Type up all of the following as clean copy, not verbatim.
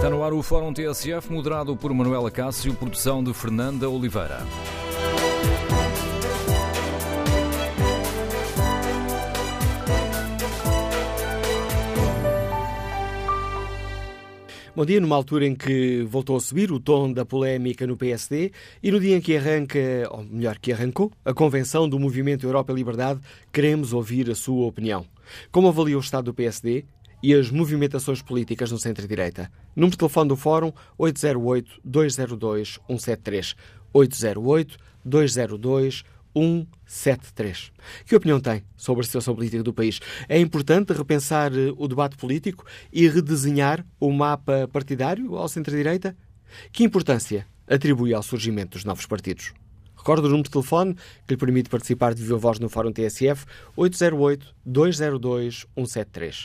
Está no ar o Fórum TSF, moderado por Manuela Cássio, produção de Fernanda Oliveira. Bom dia, numa altura em que voltou a subir o tom da polémica no PSD e no dia em que arrancou, a convenção do Movimento Europa e Liberdade, queremos ouvir a sua opinião. Como avalia o estado do PSD e as movimentações políticas no centro-direita? Número de telefone do Fórum 808-202-173. 808-202-173. Que opinião tem sobre a situação política do país? É importante repensar o debate político e redesenhar o mapa partidário ao centro-direita? Que importância atribui ao surgimento dos novos partidos? Recorde o número de telefone que lhe permite participar de viva voz no Fórum TSF, 808-202-173.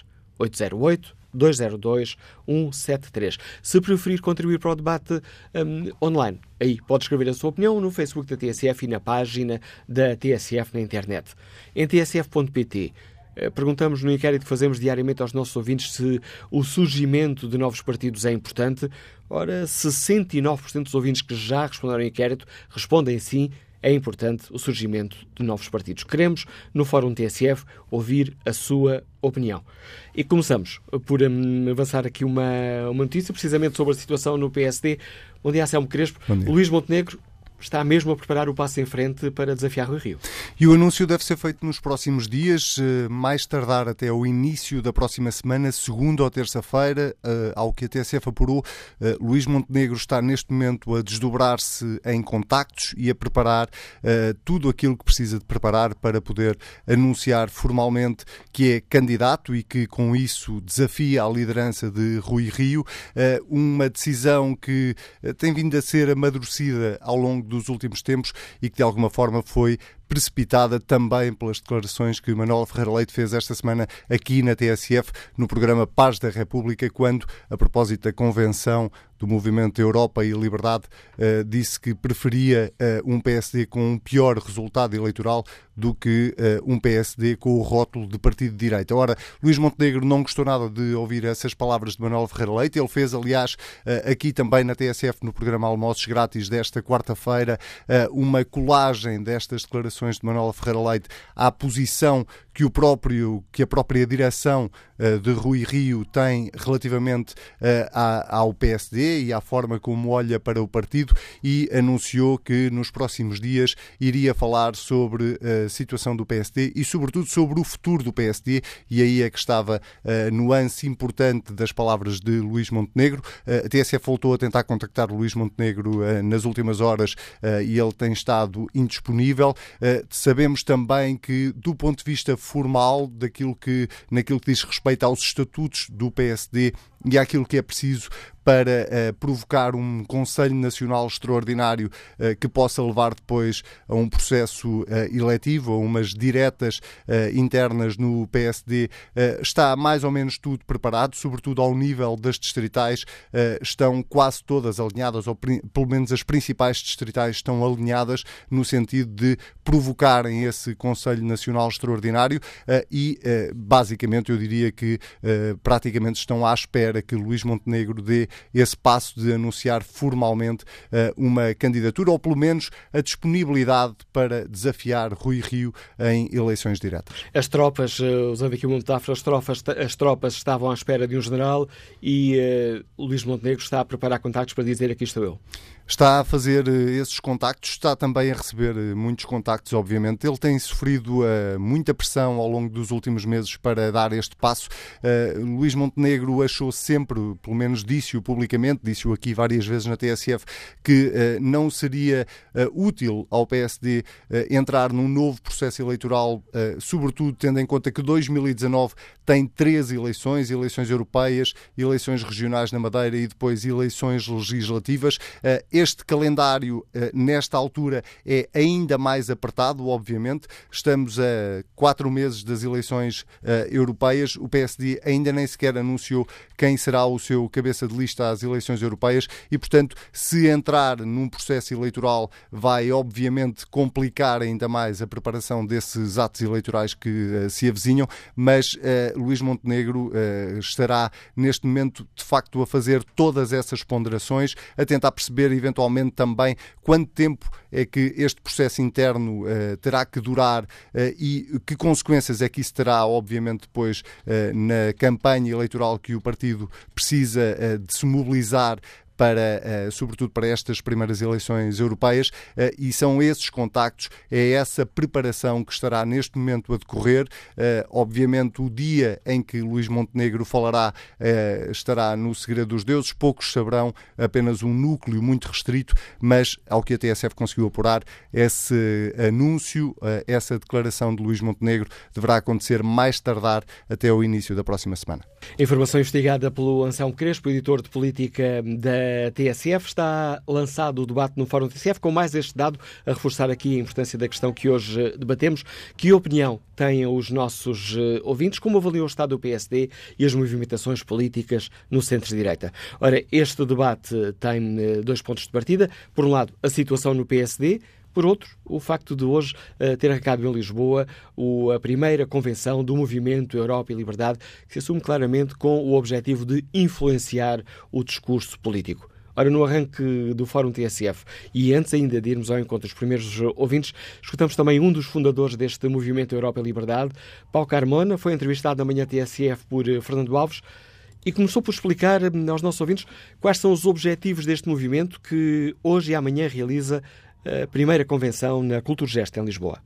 808-202-173. Se preferir contribuir para o debate online, aí pode escrever a sua opinião no Facebook da TSF e na página da TSF na internet. Em tsf.pt, perguntamos no inquérito que fazemos diariamente aos nossos ouvintes se o surgimento de novos partidos é importante. Ora, 69% dos ouvintes que já responderam ao inquérito respondem sim. É importante o surgimento de novos partidos. Queremos, no Fórum TSF, ouvir a sua opinião. E começamos por avançar aqui uma notícia, precisamente sobre a situação no PSD. Bom dia, Anselmo Crespo. Luís Montenegro está mesmo a preparar o passo em frente para desafiar Rui Rio. E o anúncio deve ser feito nos próximos dias, mais tardar até o início da próxima semana, segunda ou terça-feira, ao que a TSF apurou. Luís Montenegro está neste momento a desdobrar-se em contactos e a preparar tudo aquilo que precisa de preparar para poder anunciar formalmente que é candidato e que com isso desafia a liderança de Rui Rio, uma decisão que tem vindo a ser amadurecida ao longo dos últimos tempos e que de alguma forma foi precipitada também pelas declarações que Manuela Ferreira Leite fez esta semana aqui na TSF, no programa Paz da República, quando, a propósito da convenção do Movimento Europa e Liberdade, disse que preferia um PSD com um pior resultado eleitoral do que um PSD com o rótulo de partido de direita. Ora, Luís Montenegro não gostou nada de ouvir essas palavras de Manuela Ferreira Leite. Ele fez, aliás, aqui também na TSF, no programa Almoços Grátis desta quarta-feira, uma colagem destas declarações de Manuela Ferreira Leite à posição que a própria direção de Rui Rio tem relativamente ao PSD e à forma como olha para o partido, e anunciou que nos próximos dias iria falar sobre a situação do PSD e sobretudo sobre o futuro do PSD, e aí é que estava a nuance importante das palavras de Luís Montenegro. A TSF voltou a tentar contactar o Luís Montenegro nas últimas horas e ele tem estado indisponível. Sabemos também que, do ponto de vista formal, naquilo que diz respeito aos estatutos do PSD e àquilo que é preciso para provocar um Conselho Nacional Extraordinário que possa levar depois a um processo eletivo, a umas diretas internas no PSD, está mais ou menos tudo preparado, sobretudo ao nível das distritais, estão quase todas alinhadas, ou pelo menos as principais distritais estão alinhadas no sentido de provocarem esse Conselho Nacional Extraordinário e, basicamente, eu diria que praticamente estão à espera que Luís Montenegro dê esse passo de anunciar formalmente uma candidatura, ou pelo menos a disponibilidade para desafiar Rui Rio em eleições diretas. As tropas, usando aqui uma metáfora, as tropas estavam à espera de um general e Luís Montenegro está a preparar contactos para dizer: aqui estou eu. Está a fazer esses contactos, está também a receber muitos contactos, obviamente. Ele tem sofrido muita pressão ao longo dos últimos meses para dar este passo. Luís Montenegro achou sempre, pelo menos disse-o publicamente, disse-o aqui várias vezes na TSF, que não seria útil ao PSD entrar num novo processo eleitoral, sobretudo tendo em conta que 2019 tem 3 eleições europeias, eleições regionais na Madeira e depois eleições legislativas. Este calendário, nesta altura, é ainda mais apertado, obviamente. Estamos a 4 meses das eleições europeias. O PSD ainda nem sequer anunciou quem será o seu cabeça de lista às eleições europeias e, portanto, se entrar num processo eleitoral vai, obviamente, complicar ainda mais a preparação desses atos eleitorais que se avizinham, mas Luís Montenegro estará, neste momento, de facto, a fazer todas essas ponderações, a tentar perceber, eventualmente, também quanto tempo é que este processo interno terá que durar e que consequências é que isso terá, obviamente, depois na campanha eleitoral que o partido precisa de se mobilizar sobretudo para estas primeiras eleições europeias, e são esses contactos, é essa preparação que estará neste momento a decorrer. Obviamente o dia em que Luís Montenegro falará estará no segredo dos deuses, poucos saberão, apenas um núcleo muito restrito, mas ao que a TSF conseguiu apurar, esse anúncio, essa declaração de Luís Montenegro deverá acontecer mais tardar até o início da próxima semana. Informação investigada pelo Anselmo Crespo, editor de política da TSF. Está lançado o debate no Fórum TSF, com mais este dado a reforçar aqui a importância da questão que hoje debatemos. Que opinião têm os nossos ouvintes? Como avaliam o estado do PSD e as movimentações políticas no centro-direita? Ora, este debate tem 2 pontos de partida. Por um lado, a situação no PSD. Por outro, o facto de hoje ter arrancado em Lisboa a primeira convenção do Movimento Europa e Liberdade, que se assume claramente com o objetivo de influenciar o discurso político. Ora, no arranque do Fórum TSF, e antes ainda de irmos ao encontro dos primeiros ouvintes, escutamos também um dos fundadores deste Movimento Europa e Liberdade, Paulo Carmona, foi entrevistado na manhã TSF por Fernando Alves, e começou por explicar aos nossos ouvintes quais são os objetivos deste movimento que hoje e amanhã realiza a primeira convenção na Culturgest em Lisboa.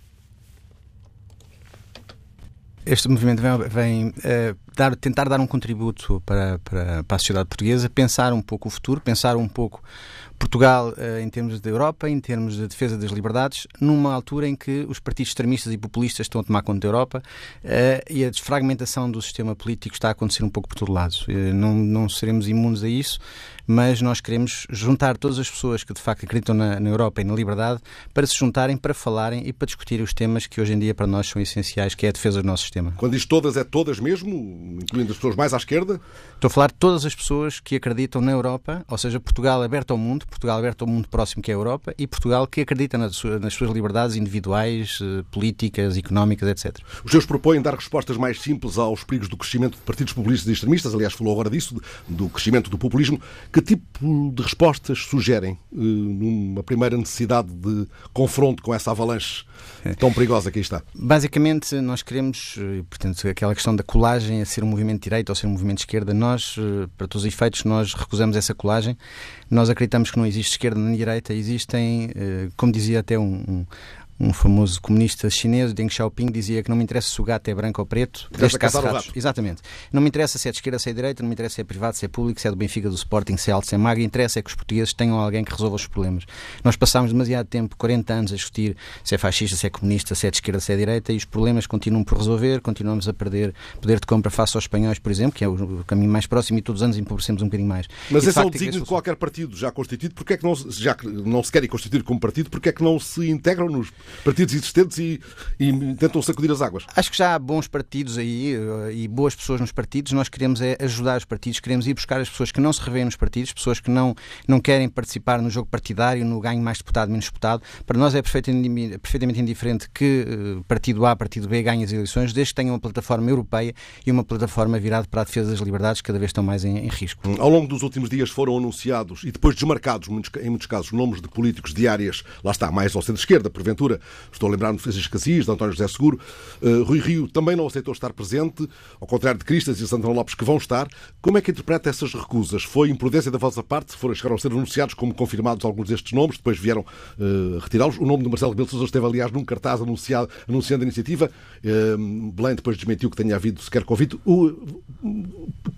Este movimento vem tentar dar um contributo para a sociedade portuguesa, pensar um pouco o futuro, pensar um pouco Portugal em termos da Europa, em termos de defesa das liberdades, numa altura em que os partidos extremistas e populistas estão a tomar conta da Europa e a desfragmentação do sistema político está a acontecer um pouco por todo lado. Não seremos imunes a isso, mas nós queremos juntar todas as pessoas que de facto acreditam na Europa e na liberdade para se juntarem, para falarem e para discutirem os temas que hoje em dia para nós são essenciais, que é a defesa do nosso sistema. Quando diz todas, é todas mesmo? Incluindo as pessoas mais à esquerda? Estou a falar de todas as pessoas que acreditam na Europa, ou seja, Portugal aberto ao mundo próximo que é a Europa, e Portugal que acredita nas suas liberdades individuais, políticas, económicas, etc. Os seus propõem dar respostas mais simples aos perigos do crescimento de partidos populistas e extremistas, aliás, falou agora disso, do crescimento do populismo. Que tipo de respostas sugerem numa primeira necessidade de confronto com essa avalanche tão perigosa que aí está? Basicamente, nós queremos, portanto, aquela questão da colagem a ser um movimento de direita ou ser um movimento de esquerda, nós, para todos os efeitos, nós recusamos essa colagem. Nós acreditamos que não existe esquerda nem direita, existem, como dizia até um famoso comunista chinês, Deng Xiaoping, dizia que não me interessa se o gato é branco ou preto, desde que caça ratos. Exatamente. Não me interessa se é de esquerda, se é de direita, não me interessa se é privado, se é público, se é do Benfica, do Sporting, se é alto, se é magro. Interessa é que os portugueses tenham alguém que resolva os problemas. Nós passámos demasiado tempo, 40 anos, a discutir se é fascista, se é comunista, se é de esquerda, se é de direita, e os problemas continuam por resolver, continuamos a perder poder de compra face aos espanhóis, por exemplo, que é o caminho mais próximo, e todos os anos empobrecemos um bocadinho mais. Mas esse é o desígnio de qualquer partido já constituído. Porque é que já que não se querem constituir como partido, porque é que não se integram nos partidos existentes e tentam sacudir as águas? Acho que já há bons partidos aí e boas pessoas nos partidos. Nós queremos ajudar os partidos, queremos ir buscar as pessoas que não se revêem nos partidos, pessoas que não querem participar no jogo partidário, no ganho mais deputado, menos deputado. Para nós é perfeitamente indiferente que partido A, partido B ganhe as eleições, desde que tenha uma plataforma europeia e uma plataforma virada para a defesa das liberdades, que cada vez estão mais em risco. Ao longo dos últimos dias foram anunciados e depois desmarcados, em muitos casos, nomes de políticos de áreas, lá está, mais ao centro-esquerda, porventura. Estou a lembrar-me de Francisco Assis, de António José Seguro. Rui Rio também não aceitou estar presente, ao contrário de Cristas e Santana Lopes, que vão estar. Como é que interpreta essas recusas? Foi imprudência da vossa parte? Chegaram a ser anunciados como confirmados alguns destes nomes, depois vieram retirá-los. O nome de Marcelo Rebelo de Sousa esteve, aliás, num cartaz anunciando a iniciativa. Belém depois desmentiu que tenha havido sequer convite.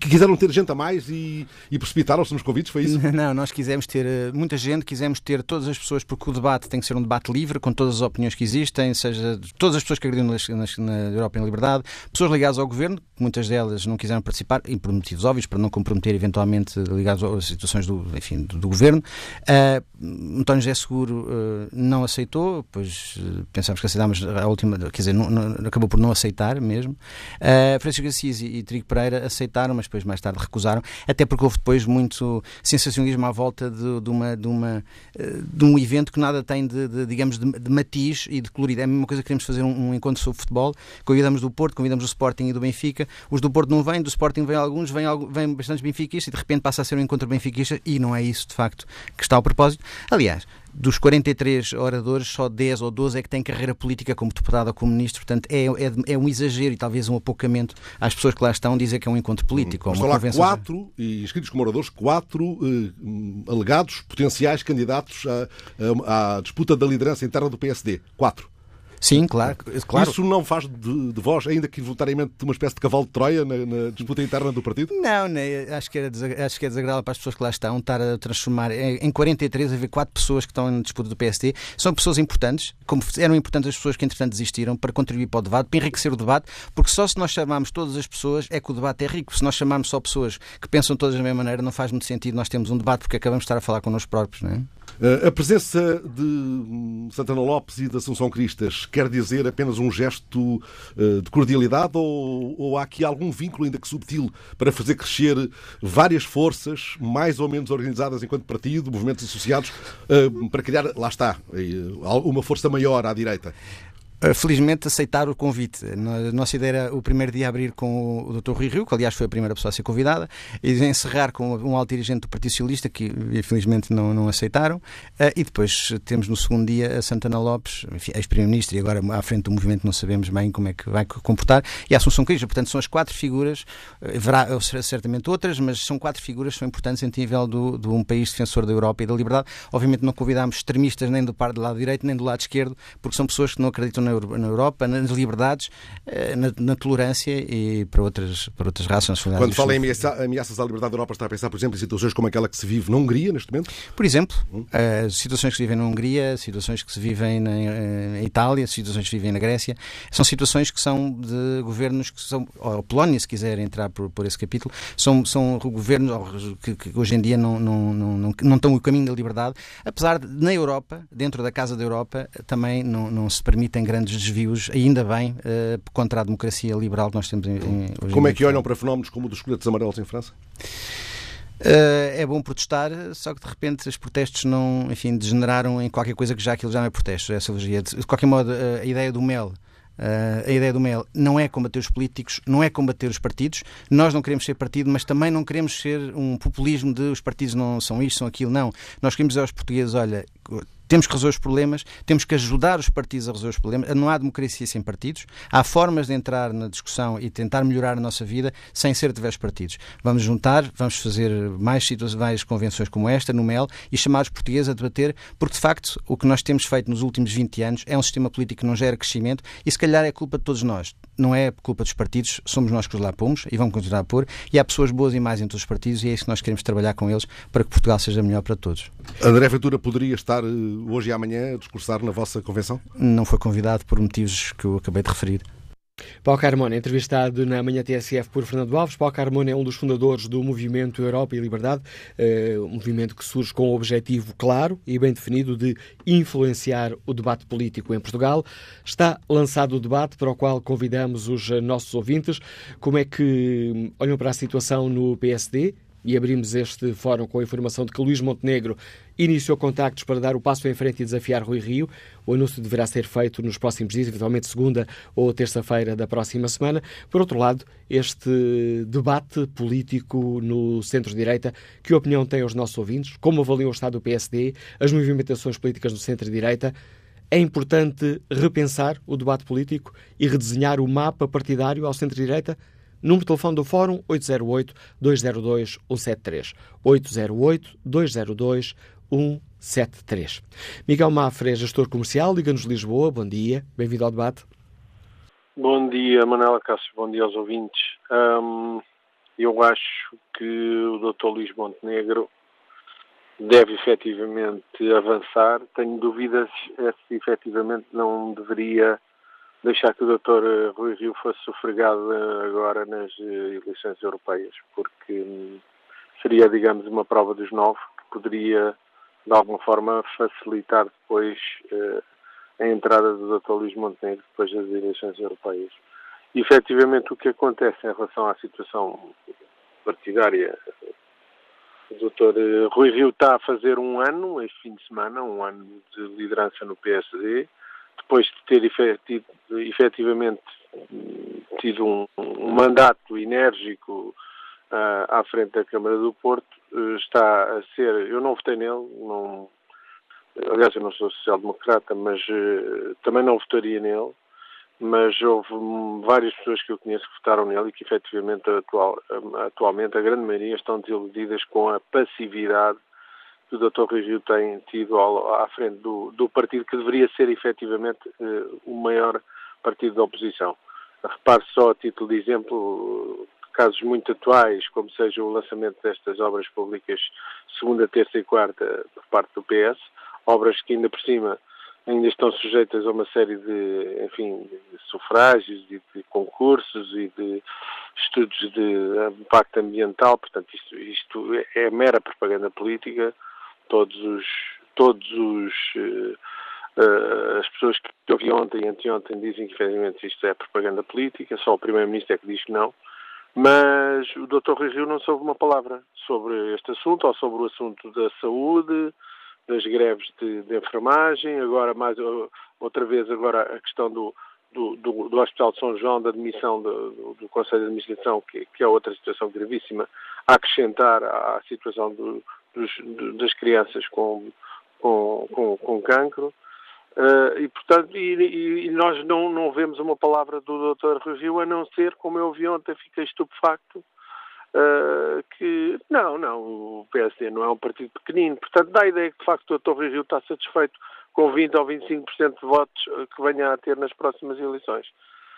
quiseram ter gente a mais e precipitaram-se nos convites, foi isso? Não, nós quisemos ter muita gente, quisemos ter todas as pessoas, porque o debate tem que ser um debate livre, com todas as opiniões que existem, seja todas as pessoas que acreditam na Europa em liberdade, pessoas ligadas ao governo, muitas delas não quiseram participar, e por motivos óbvios, para não comprometer eventualmente ligados às situações do governo. António José Seguro não aceitou, pois pensámos que aceitámos a última, quer dizer, acabou por não aceitar mesmo. Francisco Assis e Trigo Pereira aceitaram, mas depois mais tarde recusaram, até porque houve depois muito sensacionalismo à volta de um evento que nada tem digamos, de matiz e de colorido. É a mesma coisa que queremos fazer um encontro sobre futebol, convidamos do Porto, convidamos do Sporting e do Benfica, os do Porto não vêm, do Sporting vêm alguns, vêm bastantes benfiquistas e de repente passa a ser um encontro benfiquista e não é isso de facto que está ao propósito. Aliás, dos 43 oradores, só 10 ou 12 é que têm carreira política como deputado ou como ministro, portanto é um exagero e talvez um apocamento às pessoas que lá estão dizer que é um encontro político. Estão lá 4, e inscritos como oradores, 4 alegados potenciais candidatos à disputa da liderança interna do PSD. 4. Sim, claro. Isso não faz de vós, ainda que involuntariamente, uma espécie de cavalo de Troia na disputa interna do partido? Não, acho que é desagradável para as pessoas que lá estão estar a transformar em 43, haver 4 pessoas que estão na disputa do PSD. São pessoas importantes, como eram importantes as pessoas que entretanto desistiram, para contribuir para o debate, para enriquecer o debate, porque só se nós chamarmos todas as pessoas é que o debate é rico. Se nós chamarmos só pessoas que pensam todas da mesma maneira, não faz muito sentido nós termos um debate, porque acabamos de estar a falar connosco próprios, não é? A presença de Santana Lopes e de Assunção Cristas quer dizer apenas um gesto de cordialidade ou há aqui algum vínculo, ainda que subtil, para fazer crescer várias forças mais ou menos organizadas enquanto partido, movimentos associados, para criar, lá está, uma força maior à direita? Felizmente aceitar o convite. A nossa ideia era o primeiro dia abrir com o Dr. Rui Rio, que aliás foi a primeira pessoa a ser convidada, e encerrar com um alto dirigente do Partido Socialista, que infelizmente não aceitaram, e depois temos no segundo dia a Santana Lopes, ex-primeiro-ministro, e agora à frente do movimento não sabemos bem como é que vai comportar, e a Assunção Cristas. Portanto, são as 4 figuras, haverá certamente outras, mas são 4 figuras que são importantes em nível de um país defensor da Europa e da liberdade. Obviamente não convidámos extremistas nem do lado direito nem do lado esquerdo, porque são pessoas que não acreditam na Europa, nas liberdades, na tolerância e para outras raças, nacionalidades. Quando fala em ameaças à liberdade da Europa, está a pensar, por exemplo, em situações como aquela que se vive na Hungria, neste momento? Por exemplo, situações que se vivem na Hungria, situações que se vivem na Itália, situações que se vivem na Grécia, são situações que são de governos que são, ou a Polónia, se quiser entrar por esse capítulo, são governos que hoje em dia não estão no caminho da liberdade, apesar de, na Europa, dentro da Casa da Europa, também não se permitem grandes desvios, ainda bem, contra a democracia liberal que nós temos hoje. Como é que olham para fenómenos como o dos coletes amarelos em França? É bom protestar, só que de repente os protestos degeneraram em qualquer coisa que aquilo já não é protesto, é silogia. De qualquer modo, a ideia do MEL não é combater os políticos, não é combater os partidos. Nós não queremos ser partido, mas também não queremos ser um populismo de os partidos não são isto, são aquilo. Não. Nós queremos dizer aos portugueses, olha, temos que resolver os problemas, temos que ajudar os partidos a resolver os problemas. Não há democracia sem partidos. Há formas de entrar na discussão e tentar melhorar a nossa vida sem ser através dos partidos. Vamos juntar, vamos fazer mais convenções como esta, no MEL, e chamar os portugueses a debater, porque de facto o que nós temos feito nos últimos 20 anos é um sistema político que não gera crescimento e se calhar é culpa de todos nós. Não é culpa dos partidos, somos nós que os lá pomos e vamos continuar a pôr, e há pessoas boas e más em todos os partidos e é isso que nós queremos trabalhar com eles para que Portugal seja melhor para todos. André Ventura poderia estar hoje e amanhã a discursar na vossa convenção? Não foi convidado por motivos que eu acabei de referir. Paulo Carmona, entrevistado na Manhã TSF por Fernando Alves. Paulo Carmona é um dos fundadores do Movimento Europa e Liberdade, um movimento que surge com um objetivo claro e bem definido de influenciar o debate político em Portugal. Está lançado o debate para o qual convidamos os nossos ouvintes. Como é que olham para a situação no PSD? E abrimos este fórum com a informação de que Luís Montenegro iniciou contactos para dar o passo em frente e desafiar Rui Rio. O anúncio deverá ser feito nos próximos dias, eventualmente segunda ou terça-feira da próxima semana. Por outro lado, este debate político no centro-direita, que opinião têm os nossos ouvintes? Como avaliam o estado do PSD, as movimentações políticas no centro-direita? É importante repensar o debate político e redesenhar o mapa partidário ao centro-direita? Número de telefone do Fórum 808-202-173. 808-202-173. Miguel Mafra, gestor comercial, Liga-nos Lisboa. Bom dia, bem-vindo ao debate. Bom dia, Manuela Cássio, bom dia aos ouvintes. Eu eu acho que o Dr. Luís Montenegro deve efetivamente avançar. Tenho dúvidas se efetivamente não deveria deixar que o Dr. Rui Rio fosse sufragado agora nas eleições europeias, porque seria, digamos, uma prova dos 9 que poderia, de alguma forma, facilitar depois a entrada do Dr. Luís Montenegro depois das eleições europeias. E, efetivamente, o que acontece em relação à situação partidária, o Dr. Rui Rio está a fazer um ano, este fim de semana, um ano de liderança no PSD, depois de ter efetivamente tido um mandato enérgico à frente da Câmara do Porto, está a ser... Eu não votei nele, aliás, eu não sou social-democrata, mas também não votaria nele, mas houve várias pessoas que eu conheço que votaram nele e que efetivamente atualmente a grande maioria estão desiludidas com a passividade que o Dr. Rui Rio tem tido à frente do partido que deveria ser efetivamente o maior partido da oposição. Repare só, a título de exemplo, casos muito atuais, como seja o lançamento destas obras públicas segunda, terça e quarta por parte do PS, obras que ainda por cima ainda estão sujeitas a uma série de sufrágios e de concursos e de estudos de impacto ambiental. Portanto, isto é mera propaganda política. As pessoas que eu vi ontem e anteontem dizem que, efetivamente, isto é propaganda política. Só o Primeiro-Ministro é que diz que não. Mas o Dr. Rui Rio não soube uma palavra sobre este assunto, ou sobre o assunto da saúde, das greves de enfermagem, agora mais outra vez agora a questão do Hospital de São João, da admissão do Conselho de Administração, que é outra situação gravíssima, a acrescentar à situação das crianças com cancro. E, portanto, e nós não vemos uma palavra do Dr. Rui Rio, a não ser, como eu vi ontem, fiquei estupefacto, que não, o PSD não é um partido pequenino. Portanto, dá a ideia que, de facto, o Dr. Rui Rio está satisfeito com 20 ou 25% de votos que venha a ter nas próximas eleições.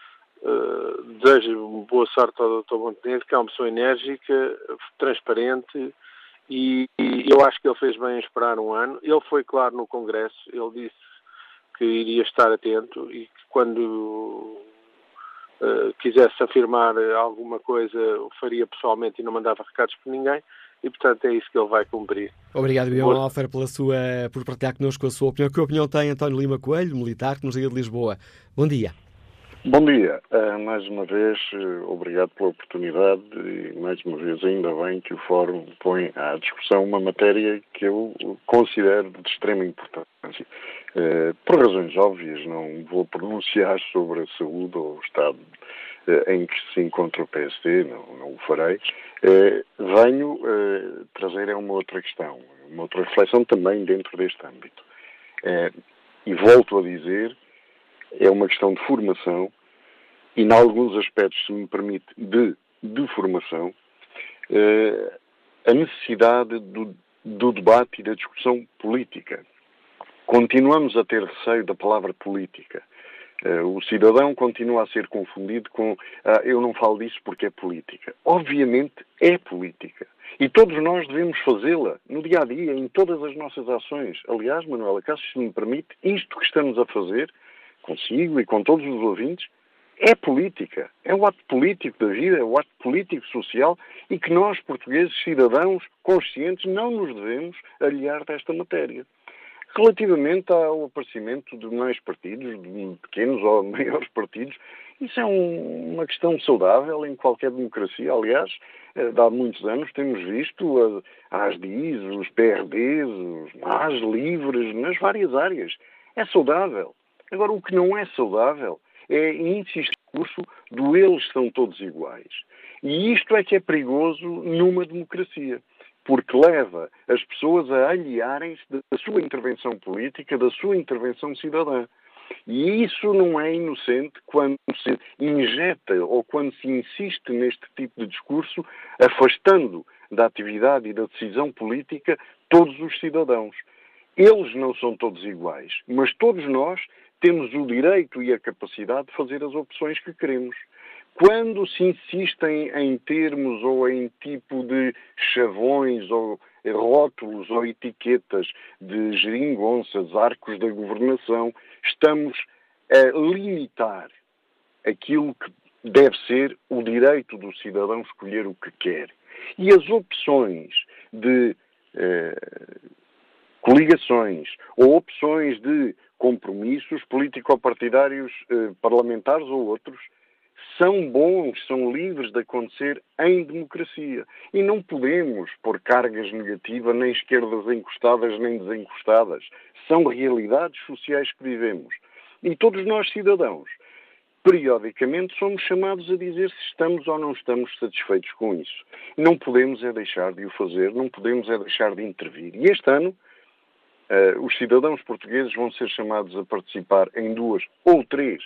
Desejo boa sorte ao Dr. Montenegro, que é uma pessoa enérgica, transparente, e eu acho que ele fez bem em esperar um ano. Ele foi claro no Congresso, ele disse que iria estar atento e que quando quisesse afirmar alguma coisa o faria pessoalmente e não mandava recados por ninguém, e portanto é isso que ele vai cumprir. Obrigado, Bion Alfer, por partilhar connosco a sua opinião. Que opinião tem António Lima Coelho, militar, que nos liga de Lisboa? Bom dia. Bom dia. Mais uma vez, obrigado pela oportunidade e, mais uma vez, ainda bem que o Fórum põe à discussão uma matéria que eu considero de extrema importância. Por razões óbvias, não vou pronunciar sobre a saúde ou o estado em que se encontra o PSD, não o farei. Venho trazer uma outra questão, uma outra reflexão também dentro deste âmbito. E volto a dizer, é uma questão de formação e, em alguns aspectos, se me permite, de formação, a necessidade do debate e da discussão política. Continuamos a ter receio da palavra política. O cidadão continua a ser confundido com eu não falo disso porque é política. Obviamente é política. E todos nós devemos fazê-la no dia-a-dia, em todas as nossas ações. Aliás, Manuela Cássio, se me permite, isto que estamos a fazer, consigo e com todos os ouvintes, é política. É o ato político da vida, é o ato político social e que nós, portugueses, cidadãos conscientes, não nos devemos aliar desta matéria. Relativamente ao aparecimento de mais partidos, de pequenos ou maiores partidos, isso é uma questão saudável em qualquer democracia. Aliás, há muitos anos temos visto as ASDIs, os PRDs, os MAS livres, nas várias áreas. É saudável. Agora, o que não é saudável é insistir no discurso do eles são todos iguais. E isto é que é perigoso numa democracia, porque leva as pessoas a aliarem-se da sua intervenção política, da sua intervenção cidadã. E isso não é inocente quando se injeta ou quando se insiste neste tipo de discurso, afastando da atividade e da decisão política todos os cidadãos. Eles não são todos iguais, mas todos nós temos o direito e a capacidade de fazer as opções que queremos. Quando se insistem em termos ou em tipo de chavões ou rótulos ou etiquetas de geringonças, arcos da governação, estamos a limitar aquilo que deve ser o direito do cidadão escolher o que quer. E as opções de coligações ou opções de compromissos político-partidários, parlamentares ou outros, são bons, são livres de acontecer em democracia. E não podemos pôr cargas negativas, nem esquerdas encostadas, nem desencostadas. São realidades sociais que vivemos. E todos nós, cidadãos, periodicamente somos chamados a dizer se estamos ou não estamos satisfeitos com isso. Não podemos é deixar de o fazer, não podemos é deixar de intervir. E este ano, os cidadãos portugueses vão ser chamados a participar em dois ou três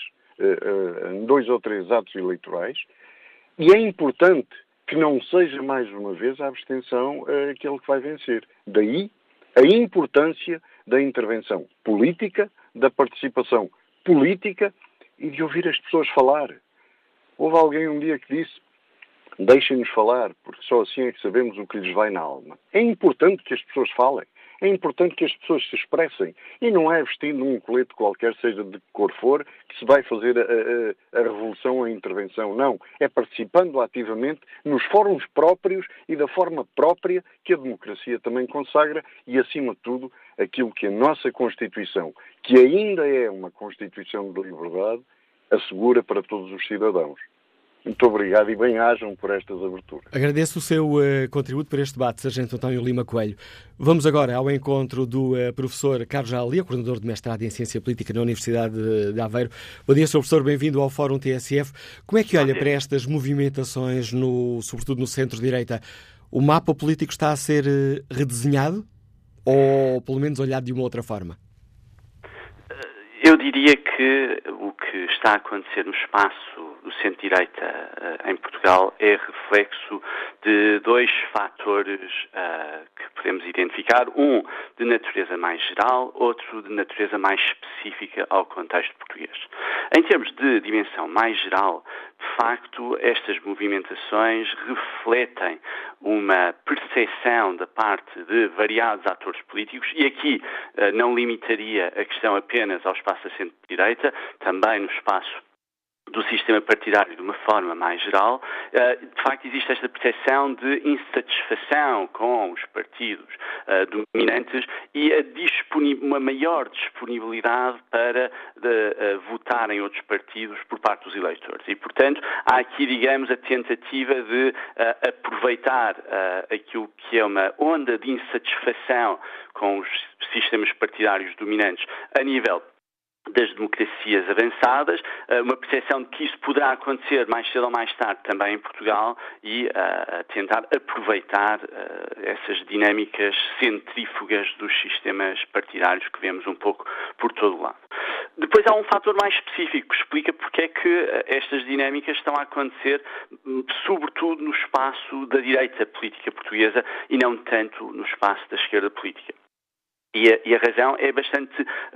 atos eleitorais, e é importante que não seja mais uma vez a abstenção aquele que vai vencer. Daí a importância da intervenção política, da participação política e de ouvir as pessoas falar. Houve alguém um dia que disse: deixem-nos falar, porque só assim é que sabemos o que lhes vai na alma. É importante que as pessoas falem. É importante que as pessoas se expressem. E não é vestindo um colete qualquer, seja de que cor for, que se vai fazer a revolução ou a intervenção. Não. É participando ativamente nos fóruns próprios e da forma própria que a democracia também consagra e, acima de tudo, aquilo que a nossa Constituição, que ainda é uma Constituição de liberdade, assegura para todos os cidadãos. Muito obrigado e bem-ajam por estas aberturas. Agradeço o seu contributo para este debate, Sargento António Lima Coelho. Vamos agora ao encontro do professor Carlos Jallia, coordenador de mestrado em Ciência Política na Universidade de Aveiro. Bom dia, Sr. Professor, bem-vindo ao Fórum TSF. Como é que olha para estas movimentações, sobretudo no centro-direita? O mapa político está a ser redesenhado ou, pelo menos, olhado de uma outra forma? Eu diria que o que está a acontecer no espaço do centro-direita em Portugal é reflexo de dois fatores que podemos identificar. Um de natureza mais geral, outro de natureza mais específica ao contexto português. Em termos de dimensão mais geral, de facto, estas movimentações refletem uma percepção da parte de variados atores políticos, e aqui não limitaria a questão apenas ao espaço da centro-direita, também no espaço do sistema partidário de uma forma mais geral. De facto, existe esta percepção de insatisfação com os partidos dominantes e uma maior disponibilidade para votar em outros partidos por parte dos eleitores. E, portanto, há aqui, digamos, a tentativa de aproveitar aquilo que é uma onda de insatisfação com os sistemas partidários dominantes a nível das democracias avançadas, uma percepção de que isso poderá acontecer mais cedo ou mais tarde também em Portugal e tentar aproveitar essas dinâmicas centrífugas dos sistemas partidários que vemos um pouco por todo o lado. Depois há um fator mais específico que explica porque é que estas dinâmicas estão a acontecer sobretudo no espaço da direita política portuguesa e não tanto no espaço da esquerda política. E a razão é bastante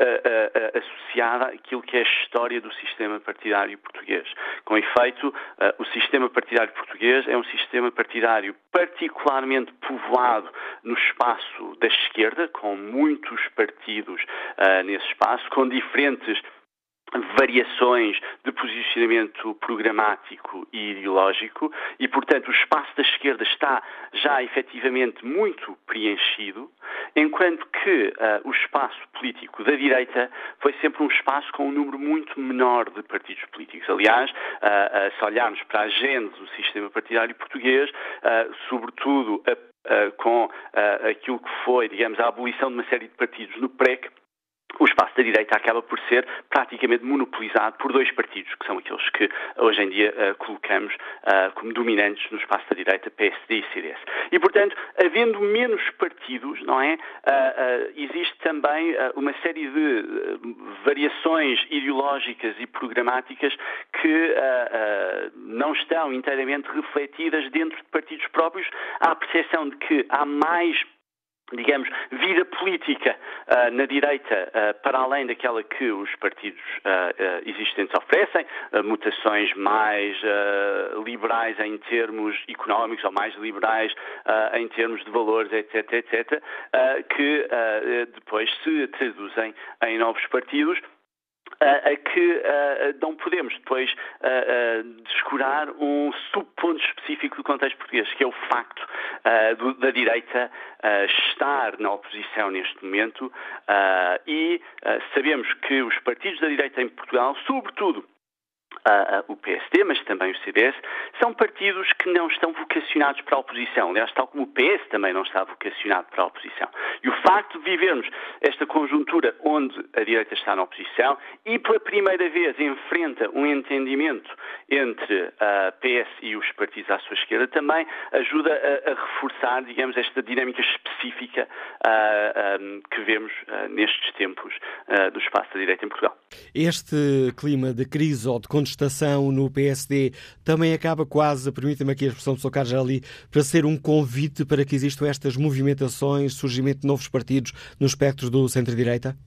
associada àquilo que é a história do sistema partidário português. Com efeito, o sistema partidário português é um sistema partidário particularmente povoado no espaço da esquerda, com muitos partidos nesse espaço, com diferentes variações de posicionamento programático e ideológico e, portanto, o espaço da esquerda está já efetivamente muito preenchido, enquanto que o espaço político da direita foi sempre um espaço com um número muito menor de partidos políticos. Aliás, se olharmos para a gênese do sistema partidário português, sobretudo com aquilo que foi, digamos, a abolição de uma série de partidos no PREC, o espaço da direita acaba por ser praticamente monopolizado por dois partidos, que são aqueles que hoje em dia colocamos como dominantes no espaço da direita, PSD e CDS. E, portanto, havendo menos partidos, não é? Existe também uma série de variações ideológicas e programáticas que não estão inteiramente refletidas dentro de partidos próprios. Há a percepção de que há mais digamos, vida política na direita, para além daquela que os partidos existentes oferecem, mutações mais liberais em termos económicos ou mais liberais em termos de valores, etc., etc., que depois se traduzem em novos partidos, a que não podemos depois descurar um subponto específico do contexto português, que é o facto da direita estar na oposição neste momento e sabemos que os partidos da direita em Portugal, sobretudo o PSD, mas também o CDS, são partidos que não estão vocacionados para a oposição. Aliás, tal como o PS também não está vocacionado para a oposição. E o facto de vivermos esta conjuntura onde a direita está na oposição e pela primeira vez enfrenta um entendimento entre a PS e os partidos à sua esquerda também ajuda a reforçar, digamos, esta dinâmica específica que vemos nestes tempos do espaço da direita em Portugal. Este clima de crise ou de contestação no PSD também acaba quase, permita-me aqui a expressão do Sr. Carlos ali, para ser um convite para que existam estas movimentações, surgimento de novos partidos nos espectros do centro-direita?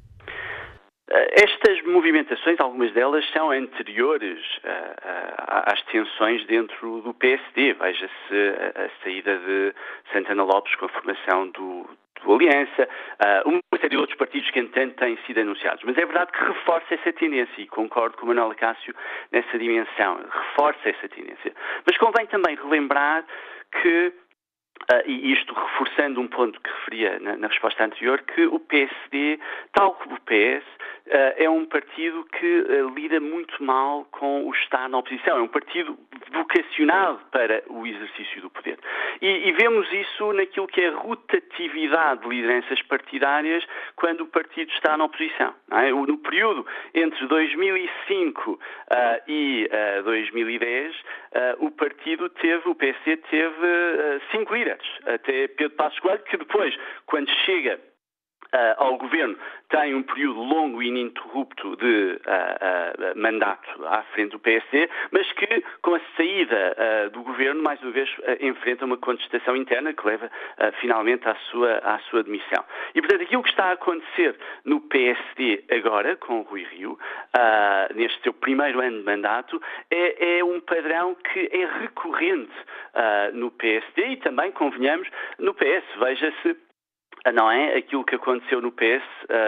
Estas movimentações, algumas delas são anteriores às tensões dentro do PSD. Veja-se a saída de Santana Lopes com a formação do Aliança, uma série de outros partidos que, entretanto, têm sido anunciados. Mas é verdade que reforça essa tendência, e concordo com o Manuel Acácio nessa dimensão, reforça essa tendência. Mas convém também relembrar que, e isto reforçando um ponto que referia na resposta anterior, que o PSD, tal como o PS, é um partido que lida muito mal com o estar na oposição. É um partido vocacionado para o exercício do poder. E vemos isso naquilo que é a rotatividade de lideranças partidárias quando o partido está na oposição. Não é? No período entre 2005 e 2010, o PSD teve 5 líderes, até Pedro Passos Coelho, que depois, quando chega ao governo, tem um período longo e ininterrupto de mandato à frente do PSD, mas que, com a saída do governo, mais uma vez enfrenta uma contestação interna que leva finalmente à sua demissão. E, portanto, aquilo que está a acontecer no PSD agora, com o Rui Rio, neste seu primeiro ano de mandato, é um padrão que é recorrente no PSD e também, convenhamos, no PS. Veja-se, não é aquilo que aconteceu no PS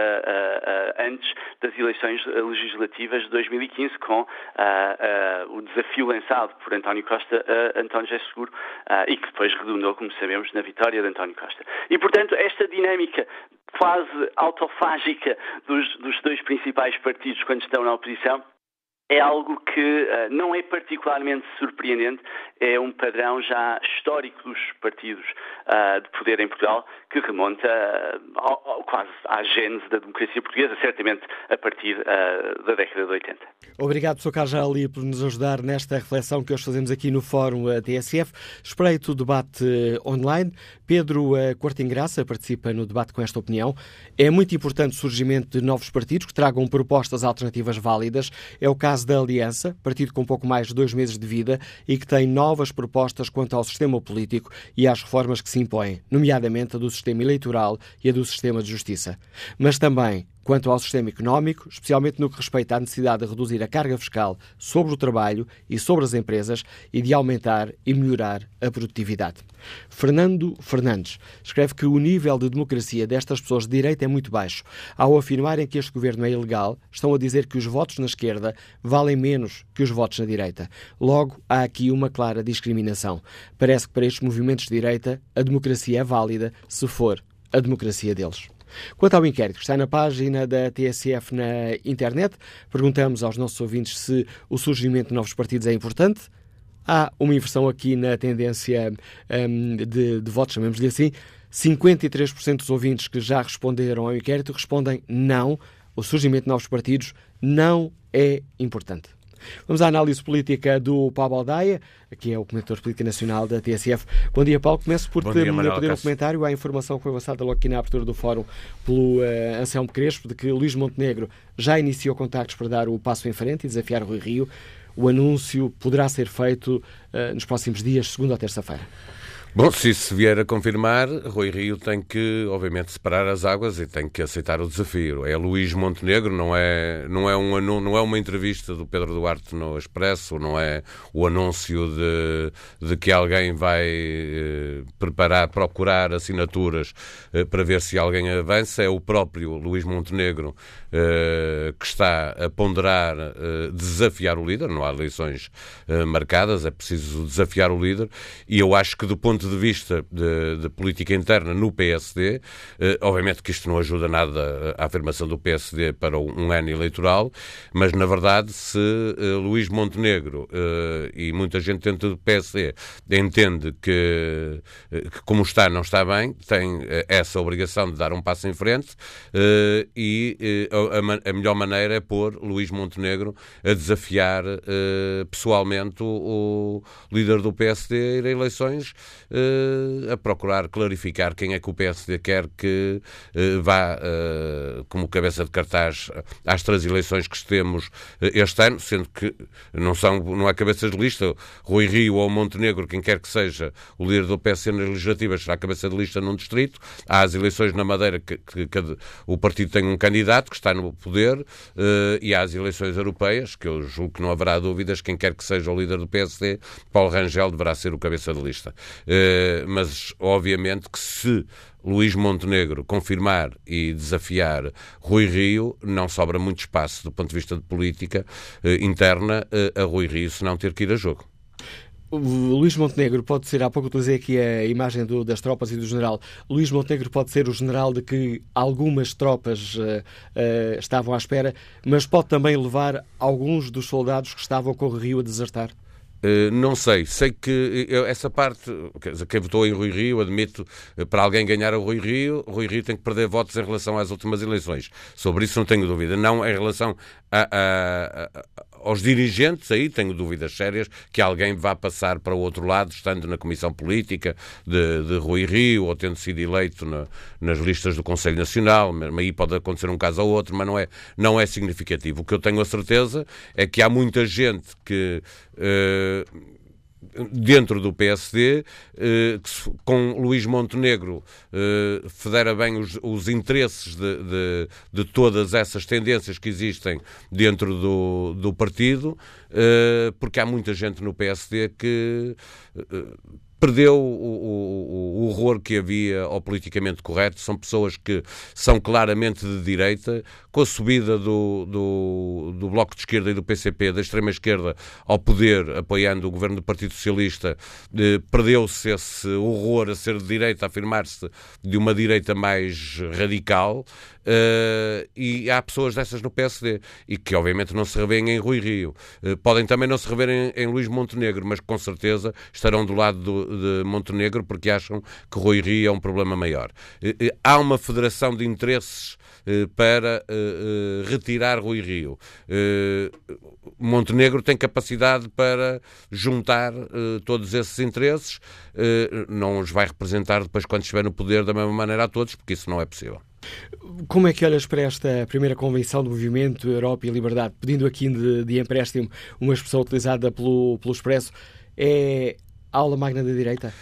antes das eleições legislativas de 2015, com o desafio lançado por António Costa a António José Seguro e que depois redundou, como sabemos, na vitória de António Costa. E, portanto, esta dinâmica quase autofágica dos dois principais partidos quando estão na oposição é algo que não é particularmente surpreendente, é um padrão já histórico dos partidos de poder em Portugal, que remonta quase à gênese da democracia portuguesa, certamente a partir da década de 80. Obrigado, Sr. Carlos Ali, por nos ajudar nesta reflexão que hoje fazemos aqui no Fórum TSF. Espreito o debate online. Pedro Quartingraça participa no debate com esta opinião. É muito importante o surgimento de novos partidos que tragam propostas alternativas válidas. É o caso da Aliança, partido com pouco mais de 2 meses de vida e que tem novas propostas quanto ao sistema político e às reformas que se impõem, nomeadamente a do sistema eleitoral e a do sistema de justiça. Mas também quanto ao sistema económico, especialmente no que respeita à necessidade de reduzir a carga fiscal sobre o trabalho e sobre as empresas e de aumentar e melhorar a produtividade. Fernando Fernandes escreve que o nível de democracia destas pessoas de direita é muito baixo. Ao afirmarem que este governo é ilegal, estão a dizer que os votos na esquerda valem menos que os votos na direita. Logo, há aqui uma clara discriminação. Parece que para estes movimentos de direita, a democracia é válida se for a democracia deles. Quanto ao inquérito que está na página da TSF na internet, perguntamos aos nossos ouvintes se o surgimento de novos partidos é importante. Há uma inversão aqui na tendência de votos, chamemos-lhe assim. 53% dos ouvintes que já responderam ao inquérito respondem não, o surgimento de novos partidos não é importante. Vamos à análise política do Paulo Baldaia, que é o comentador de política nacional da TSF. Bom dia, Paulo. Começo por te pedir um comentário à informação que foi avançada logo aqui na abertura do fórum pelo Anselmo Crespo, de que Luís Montenegro já iniciou contactos para dar o passo em frente e desafiar Rui Rio. O anúncio poderá ser feito nos próximos dias, segunda ou terça-feira. Bom, se isso se vier a confirmar, Rui Rio tem que, obviamente, separar as águas e tem que aceitar o desafio. É Luís Montenegro, não é uma entrevista do Pedro Duarte no Expresso, não é o anúncio de que alguém vai procurar assinaturas para ver se alguém avança. É o próprio Luís Montenegro que está a ponderar desafiar o líder. Não há eleições marcadas, é preciso desafiar o líder, e eu acho que do ponto de vista de política interna no PSD, obviamente que isto não ajuda nada à afirmação do PSD para um ano eleitoral, mas na verdade se Luís Montenegro e muita gente dentro do PSD entende que como está não está bem, tem essa obrigação de dar um passo em frente, e a melhor maneira é pôr Luís Montenegro a desafiar pessoalmente o líder do PSD a ir a eleições, a procurar clarificar quem é que o PSD quer que vá como cabeça de cartaz às 3 eleições que temos este ano, sendo que não há cabeças de lista. Rui Rio ou Montenegro, quem quer que seja o líder do PSD nas legislativas, será cabeça de lista num distrito. Há as eleições na Madeira que o partido tem um candidato que está no poder, e há as eleições europeias, que eu julgo que não haverá dúvidas, quem quer que seja o líder do PSD, Paulo Rangel, deverá ser o cabeça de lista. Mas, obviamente, que se Luís Montenegro confirmar e desafiar Rui Rio, não sobra muito espaço do ponto de vista de política interna a Rui Rio, se não ter que ir a jogo. O Luís Montenegro pode ser, há pouco utilizei aqui a imagem das tropas e do general. Luís Montenegro pode ser o general de que algumas tropas estavam à espera, mas pode também levar alguns dos soldados que estavam com o Rio a desertar? Não sei que essa parte, quem votou em Rui Rio, admito, para alguém ganhar o Rui Rio tem que perder votos em relação às últimas eleições. Sobre isso não tenho dúvida. Não em relação aos dirigentes, aí tenho dúvidas sérias que alguém vá passar para o outro lado, estando na Comissão Política de Rui Rio, ou tendo sido eleito nas listas do Conselho Nacional. Mas aí pode acontecer um caso ou outro, mas não é significativo. O que eu tenho a certeza é que há muita gente que dentro do PSD, com Luís Montenegro, federa bem os interesses de todas essas tendências que existem dentro do partido, porque há muita gente no PSD que perdeu o horror que havia ao politicamente correto. São pessoas que são claramente de direita. Com a subida do Bloco de Esquerda e do PCP, da extrema-esquerda, ao poder, apoiando o governo do Partido Socialista, perdeu-se esse horror a ser de direita, a afirmar-se de uma direita mais radical, e há pessoas dessas no PSD, e que obviamente não se revêem em Rui Rio. Podem também não se rever em Luís Montenegro, mas com certeza estarão do lado de Montenegro, porque acham que Rui Rio é um problema maior. Há uma federação de interesses para retirar Rui Rio. Montenegro tem capacidade para juntar todos esses interesses, não os vai representar depois quando estiver no poder da mesma maneira a todos, porque isso não é possível. Como é que olhas para esta primeira convenção do Movimento Europa e Liberdade, pedindo aqui de empréstimo uma expressão utilizada pelo Expresso? É a aula magna da direita?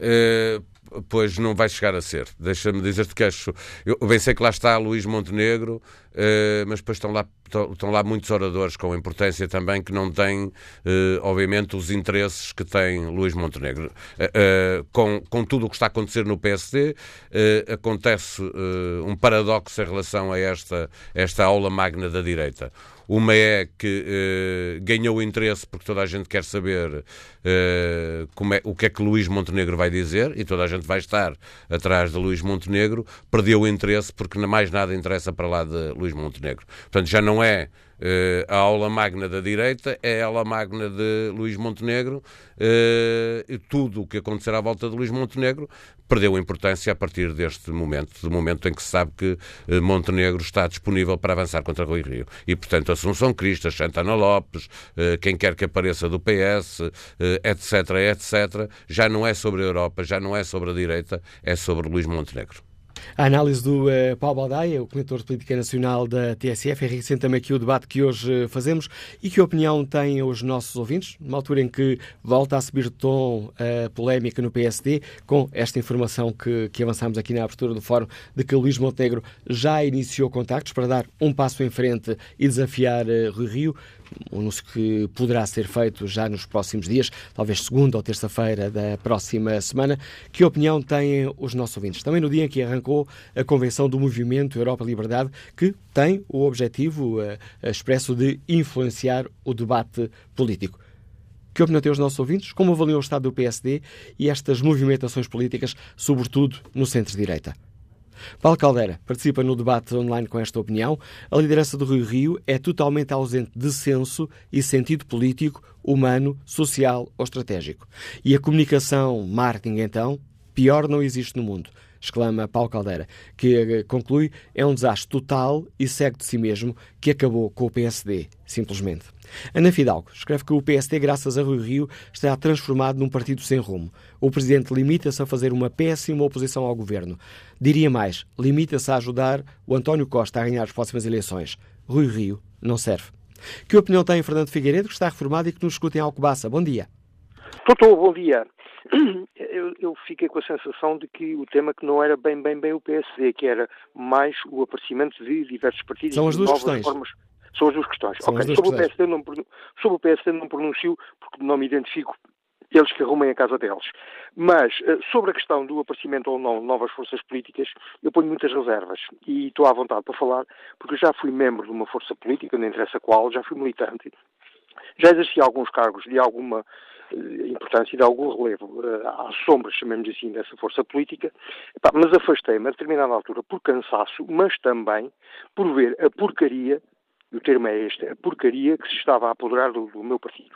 Pois não vai chegar a ser. Deixa-me dizer-te que acho... Eu bem sei que lá está Luís Montenegro, mas depois estão lá muitos oradores com importância também que não têm, obviamente, os interesses que tem Luís Montenegro. Com tudo o que está a acontecer no PSD, acontece um paradoxo em relação a esta aula magna da direita. Uma é que ganhou interesse porque toda a gente quer saber o que é que Luís Montenegro vai dizer, e toda a gente vai estar atrás de Luís Montenegro. Perdeu o interesse porque mais nada interessa para lá de Luís Montenegro. Portanto, já não é a aula magna da direita, é a aula magna de Luís Montenegro, e tudo o que acontecer à volta de Luís Montenegro perdeu importância a partir deste momento, do momento em que se sabe que Montenegro está disponível para avançar contra Rui Rio. E, portanto, Assunção Cristas, Santana Lopes, quem quer que apareça do PS, etc., já não é sobre a Europa, já não é sobre a direita, é sobre Luís Montenegro. A análise do Paulo Baldaia, o comentador de política nacional da TSF, enriquecendo também aqui o debate que hoje fazemos. E que opinião têm os nossos ouvintes, numa altura em que volta a subir de tom a polémica no PSD, com esta informação que avançámos aqui na abertura do fórum, de que Luís Montenegro já iniciou contactos para dar um passo em frente e desafiar Rui Rio, um anúncio que poderá ser feito já nos próximos dias, talvez segunda ou terça-feira da próxima semana. Que opinião têm os nossos ouvintes? Também no dia em que arrancou a convenção do Movimento Europa Liberdade, que tem o objetivo expresso de influenciar o debate político. Que opinião têm os nossos ouvintes? Como avaliam o estado do PSD e estas movimentações políticas, sobretudo no centro-direita? Paulo Caldeira participa no debate online com esta opinião. A liderança do Rui Rio é totalmente ausente de senso e sentido político, humano, social ou estratégico. E a comunicação marketing, então, pior não existe no mundo, exclama Paulo Caldeira, que conclui é um desastre total e cego de si mesmo que acabou com o PSD, simplesmente. Ana Fidalgo escreve que o PSD, graças a Rui Rio, estará transformado num partido sem rumo. O Presidente limita-se a fazer uma péssima oposição ao Governo. Diria mais, limita-se a ajudar o António Costa a ganhar as próximas eleições. Rui Rio não serve. Que opinião tem Fernando Figueiredo, que está reformado e que nos escuta em Alcobaça? Bom dia. Doutor, bom dia. Eu fiquei com a sensação de que o tema que não era bem o PSD, que era mais o aparecimento de diversos partidos. São as duas questões. São as duas questões. Sobre o PSD não pronuncio porque não me identifico, eles que arrumem a casa deles. Mas sobre a questão do aparecimento ou não de novas forças políticas, eu ponho muitas reservas e estou à vontade para falar, porque eu já fui membro de uma força política, não interessa qual, já fui militante, já exerci alguns cargos de alguma importância e de algum relevo às sombras, chamemos assim, dessa força política, mas afastei-me a determinada altura por cansaço, mas também por ver a porcaria, e o termo é este, a porcaria que se estava a apoderar do meu partido.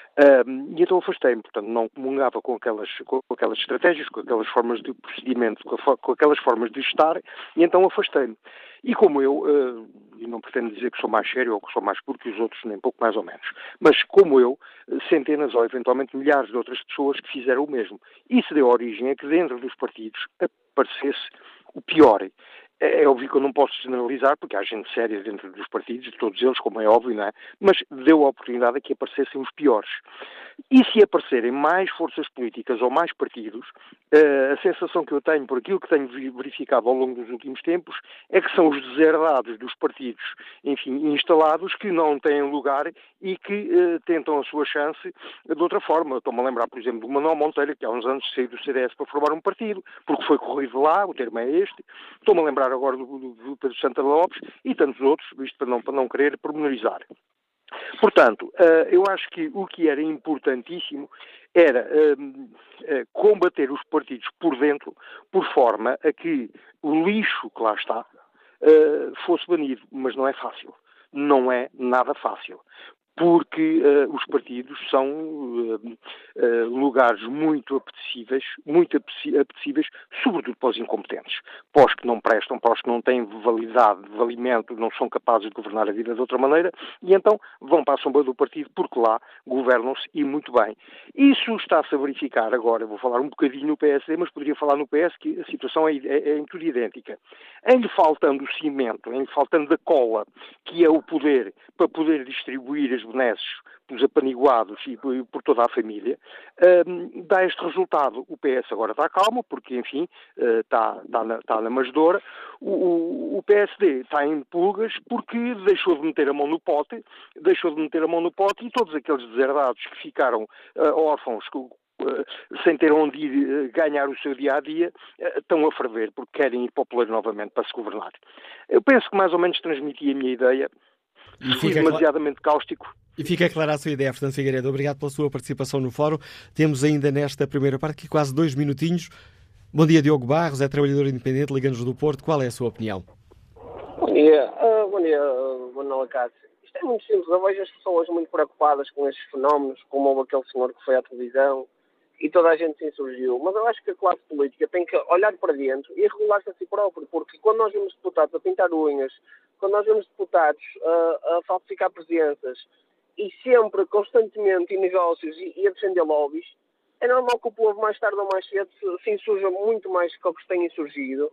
E então afastei-me, portanto não comungava com aquelas estratégias, com aquelas formas de procedimento, com aquelas formas de estar, e então afastei-me. E como eu não pretendo dizer que sou mais sério ou que sou mais puro que os outros, nem pouco mais ou menos, mas como eu, centenas ou eventualmente milhares de outras pessoas que fizeram o mesmo. Isso deu origem a que dentro dos partidos aparecesse o pior. É óbvio que eu não posso generalizar, porque há gente séria dentro dos partidos, de todos eles, como é óbvio, não é? Mas deu a oportunidade a que aparecessem os piores. E se aparecerem mais forças políticas ou mais partidos, a sensação que eu tenho, por aquilo que tenho verificado ao longo dos últimos tempos, é que são os deserdados dos partidos, enfim, instalados, que não têm lugar e que tentam a sua chance de outra forma. Estou-me a lembrar, por exemplo, do Manuel Monteiro, que há uns anos saiu do CDS para formar um partido, porque foi corrido lá, o termo é este. Estou-me a lembrar agora do Pedro Santana Lopes e tantos outros, isto para não querer pormenorizar. Portanto, eu acho que o que era importantíssimo era combater os partidos por dentro, por forma a que o lixo que lá está fosse banido, mas não é fácil. Não é nada fácil. Porque os partidos são lugares muito apetecíveis, sobretudo para os incompetentes, para os que não prestam, para os que não têm validade, valimento, não são capazes de governar a vida de outra maneira, e então vão para a sombra do partido, porque lá governam-se e muito bem. Isso está-se a verificar agora, vou falar um bocadinho no PSD, mas poderia falar no PS, que a situação é em tudo idêntica. Em-lhe faltando o cimento, em-lhe faltando a cola, que é o poder, para poder distribuir as benesses pelos apaniguados e por toda a família, dá este resultado. O PS agora está calmo, porque, enfim, está na masdoura. O PSD está em pulgas porque deixou de meter a mão no pote, e todos aqueles deserdados que ficaram órfãos, sem ter onde ir ganhar o seu dia-a-dia, estão a ferver, porque querem ir para o poder novamente para se governar. Eu penso que mais ou menos transmiti a minha ideia. Fui demasiadamente cáustico. E fica clara a sua ideia, Fernando Figueiredo. Obrigado pela sua participação no fórum. Temos ainda nesta primeira parte aqui quase 2 minutinhos. Bom dia, Diogo Barros, é trabalhador independente, Liga-nos do Porto. Qual é a sua opinião? Bom dia, Manuel Cássio. Isto é muito simples. Eu vejo as pessoas muito preocupadas com estes fenómenos, como houve aquele senhor que foi à televisão e toda a gente se insurgiu. Mas eu acho que a classe política tem que olhar para dentro e regular-se a si próprio, porque quando nós vemos deputados a pintar unhas, quando nós vemos deputados a falsificar presenças e sempre, constantemente, em negócios e a defender lobbies, é normal que o povo mais tarde ou mais cedo se insurja muito mais que o que se tem insurgido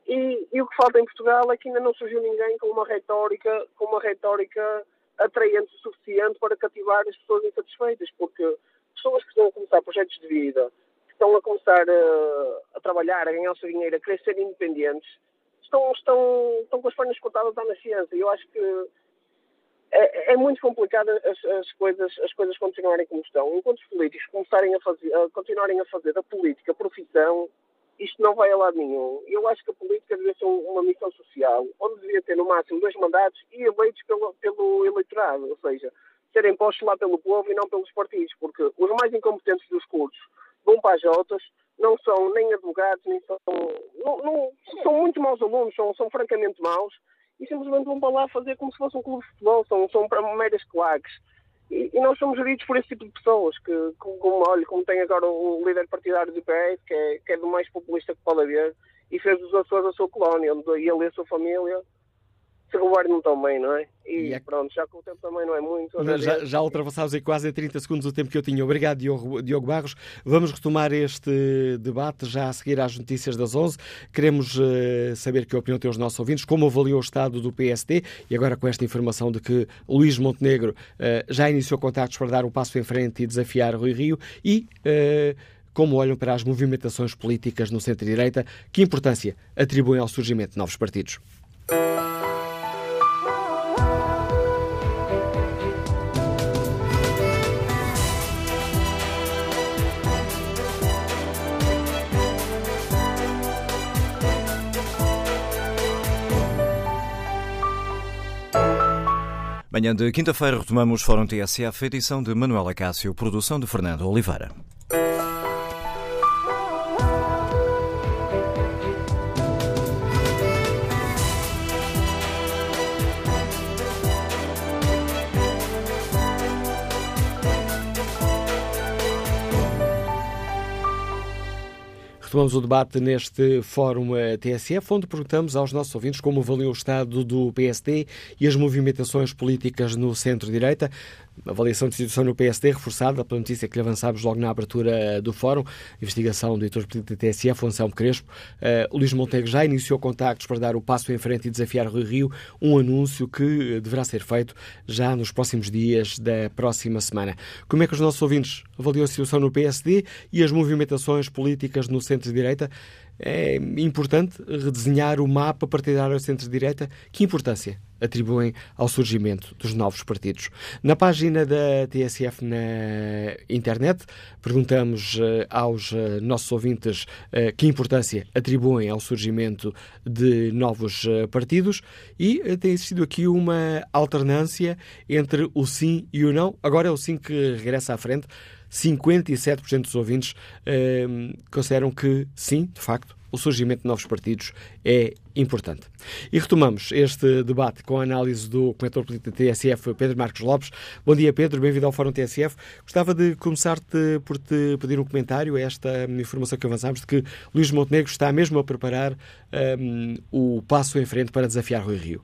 E o que falta em Portugal é que ainda não surgiu ninguém com uma retórica atraente o suficiente para cativar as pessoas insatisfeitas, porque pessoas que estão a começar projetos de vida, que estão a começar a trabalhar, a ganhar o seu dinheiro, a querer ser independentes, estão com as pernas cortadas à nascença. E eu acho que é muito complicado as coisas continuarem como estão. Enquanto os políticos continuarem a fazer da política profissão, isto não vai a lado nenhum. Eu acho que a política devia ser uma missão social, onde devia ter no máximo 2 mandatos e eleitos pelo eleitorado, ou seja, serem postos lá pelo povo e não pelos partidos, porque os mais incompetentes dos cursos vão para as jotas, não são nem advogados, nem são muito maus alunos, são francamente maus, e simplesmente vão para lá fazer como se fosse um clube de futebol, são meras claques. E nós somos geridos por esse tipo de pessoas, como tem agora o líder partidário do PS, que é do mais populista que pode haver, e fez dos Açores a sua colónia, onde ele e a sua família se governam tão bem, não é? E pronto, já que o tempo também não é muito. Já ultrapassámos aí quase a 30 segundos o tempo que eu tinha. Obrigado, Diogo Barros. Vamos retomar este debate já a seguir às notícias das 11. Queremos saber que opinião têm os nossos ouvintes, como avaliou o estado do PSD, e agora com esta informação de que Luís Montenegro já iniciou contactos para dar um passo em frente e desafiar Rui Rio, e como olham para as movimentações políticas no centro-direita, que importância atribuem ao surgimento de novos partidos. Manhã de quinta-feira retomamos Fórum TSF, edição de Manuela Cássio, produção de Fernando Oliveira. Retomamos o debate neste Fórum TSF, onde perguntamos aos nossos ouvintes como avaliam o estado do PSD e as movimentações políticas no centro-direita. A avaliação de situação no PSD, reforçada pela notícia que lhe avançámos logo na abertura do Fórum, investigação do editor político da TSF, Anselmo Crespo. Luís Montenegro já iniciou contactos para dar o passo em frente e desafiar Rui Rio, um anúncio que deverá ser feito já nos próximos dias da próxima semana. Como é que os nossos ouvintes avaliam a situação no PSD e as movimentações políticas no centro-direita? É importante redesenhar o mapa partidário ao centro-direita. Que importância atribuem ao surgimento dos novos partidos? Na página da TSF na internet, perguntamos aos nossos ouvintes que importância atribuem ao surgimento de novos partidos, e tem existido aqui uma alternância entre o sim e o não. Agora é o sim que regressa à frente. 57% dos ouvintes consideram que sim, de facto, o surgimento de novos partidos é importante. E retomamos este debate com a análise do comentador político da TSF, Pedro Marcos Lopes. Bom dia, Pedro, bem-vindo ao Fórum TSF. Gostava de começar-te por te pedir um comentário a esta informação que avançámos de que Luís Montenegro está mesmo a preparar o passo em frente para desafiar Rui Rio.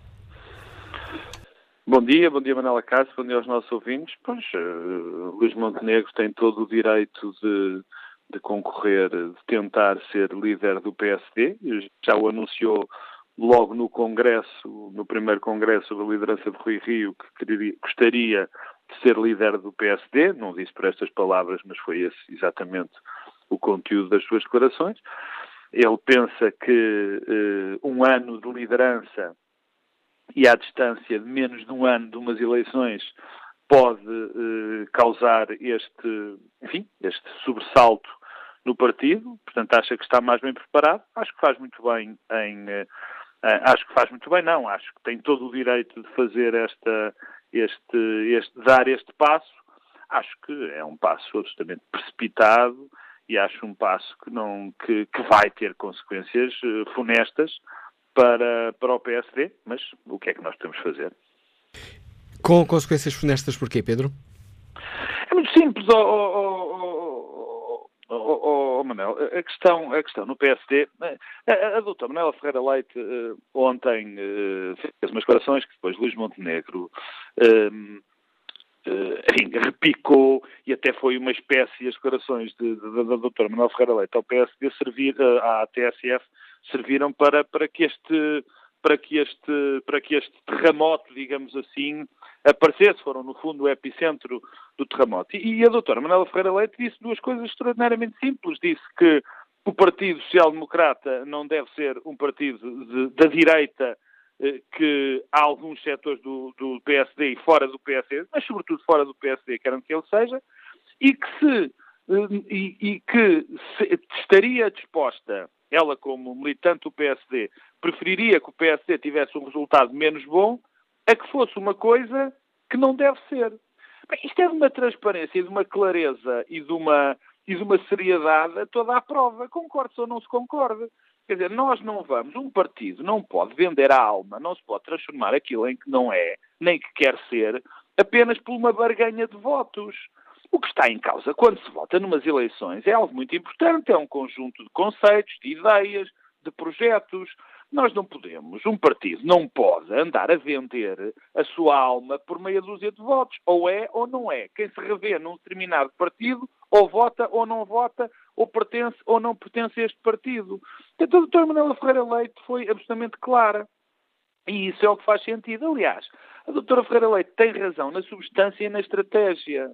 Bom dia Manuela Cássio, bom dia aos nossos ouvintes. Pois, Luís Montenegro tem todo o direito de concorrer, de tentar ser líder do PSD. Já o anunciou logo no Congresso, no primeiro Congresso sobre a liderança de Rui Rio, que gostaria de ser líder do PSD. Não disse por estas palavras, mas foi esse exatamente o conteúdo das suas declarações. Ele pensa que um ano de liderança e à distância de menos de um ano de umas eleições pode causar este sobressalto no partido. Portanto, acha que está mais bem preparado. Acho que faz muito bem acho que tem todo o direito de fazer dar este passo. Acho que é um passo absolutamente precipitado e acho um passo que vai ter consequências funestas para o PSD, mas o que é que nós podemos fazer? Com consequências funestas porquê, Pedro? É muito simples, Manuel. A questão no PSD, a doutora Manuela Ferreira Leite ontem fez umas declarações que depois Luís Montenegro repicou, e até foi uma espécie, as declarações da doutora Manuela Ferreira Leite ao PSD à TSF serviram para que este terremoto, digamos assim, aparecesse. Foram, no fundo, o epicentro do terremoto. E a doutora Manuela Ferreira Leite disse duas coisas extraordinariamente simples. Disse que o Partido Social Democrata não deve ser um partido da direita, que há alguns setores do PSD e fora do PSD, mas sobretudo fora do PSD, querem que ele seja, e que estaria disposta, ela como militante do PSD, preferiria que o PSD tivesse um resultado menos bom a que fosse uma coisa que não deve ser. Bem, isto é de uma transparência, de uma clareza e de uma seriedade a toda a prova. Concorde-se ou não se concorde. Quer dizer, nós não vamos, um partido não pode vender a alma, não se pode transformar aquilo em que não é, nem que quer ser, apenas por uma barganha de votos. O que está em causa quando se vota numas eleições é algo muito importante, é um conjunto de conceitos, de ideias, de projetos. Nós não podemos, um partido não pode andar a vender a sua alma por meia dúzia de votos. Ou é ou não é. Quem se revê num determinado partido, ou vota ou não vota, ou pertence ou não pertence a este partido. Então a doutora Manuela Ferreira Leite foi absolutamente clara. E isso é o que faz sentido. Aliás, a doutora Ferreira Leite tem razão na substância e na estratégia.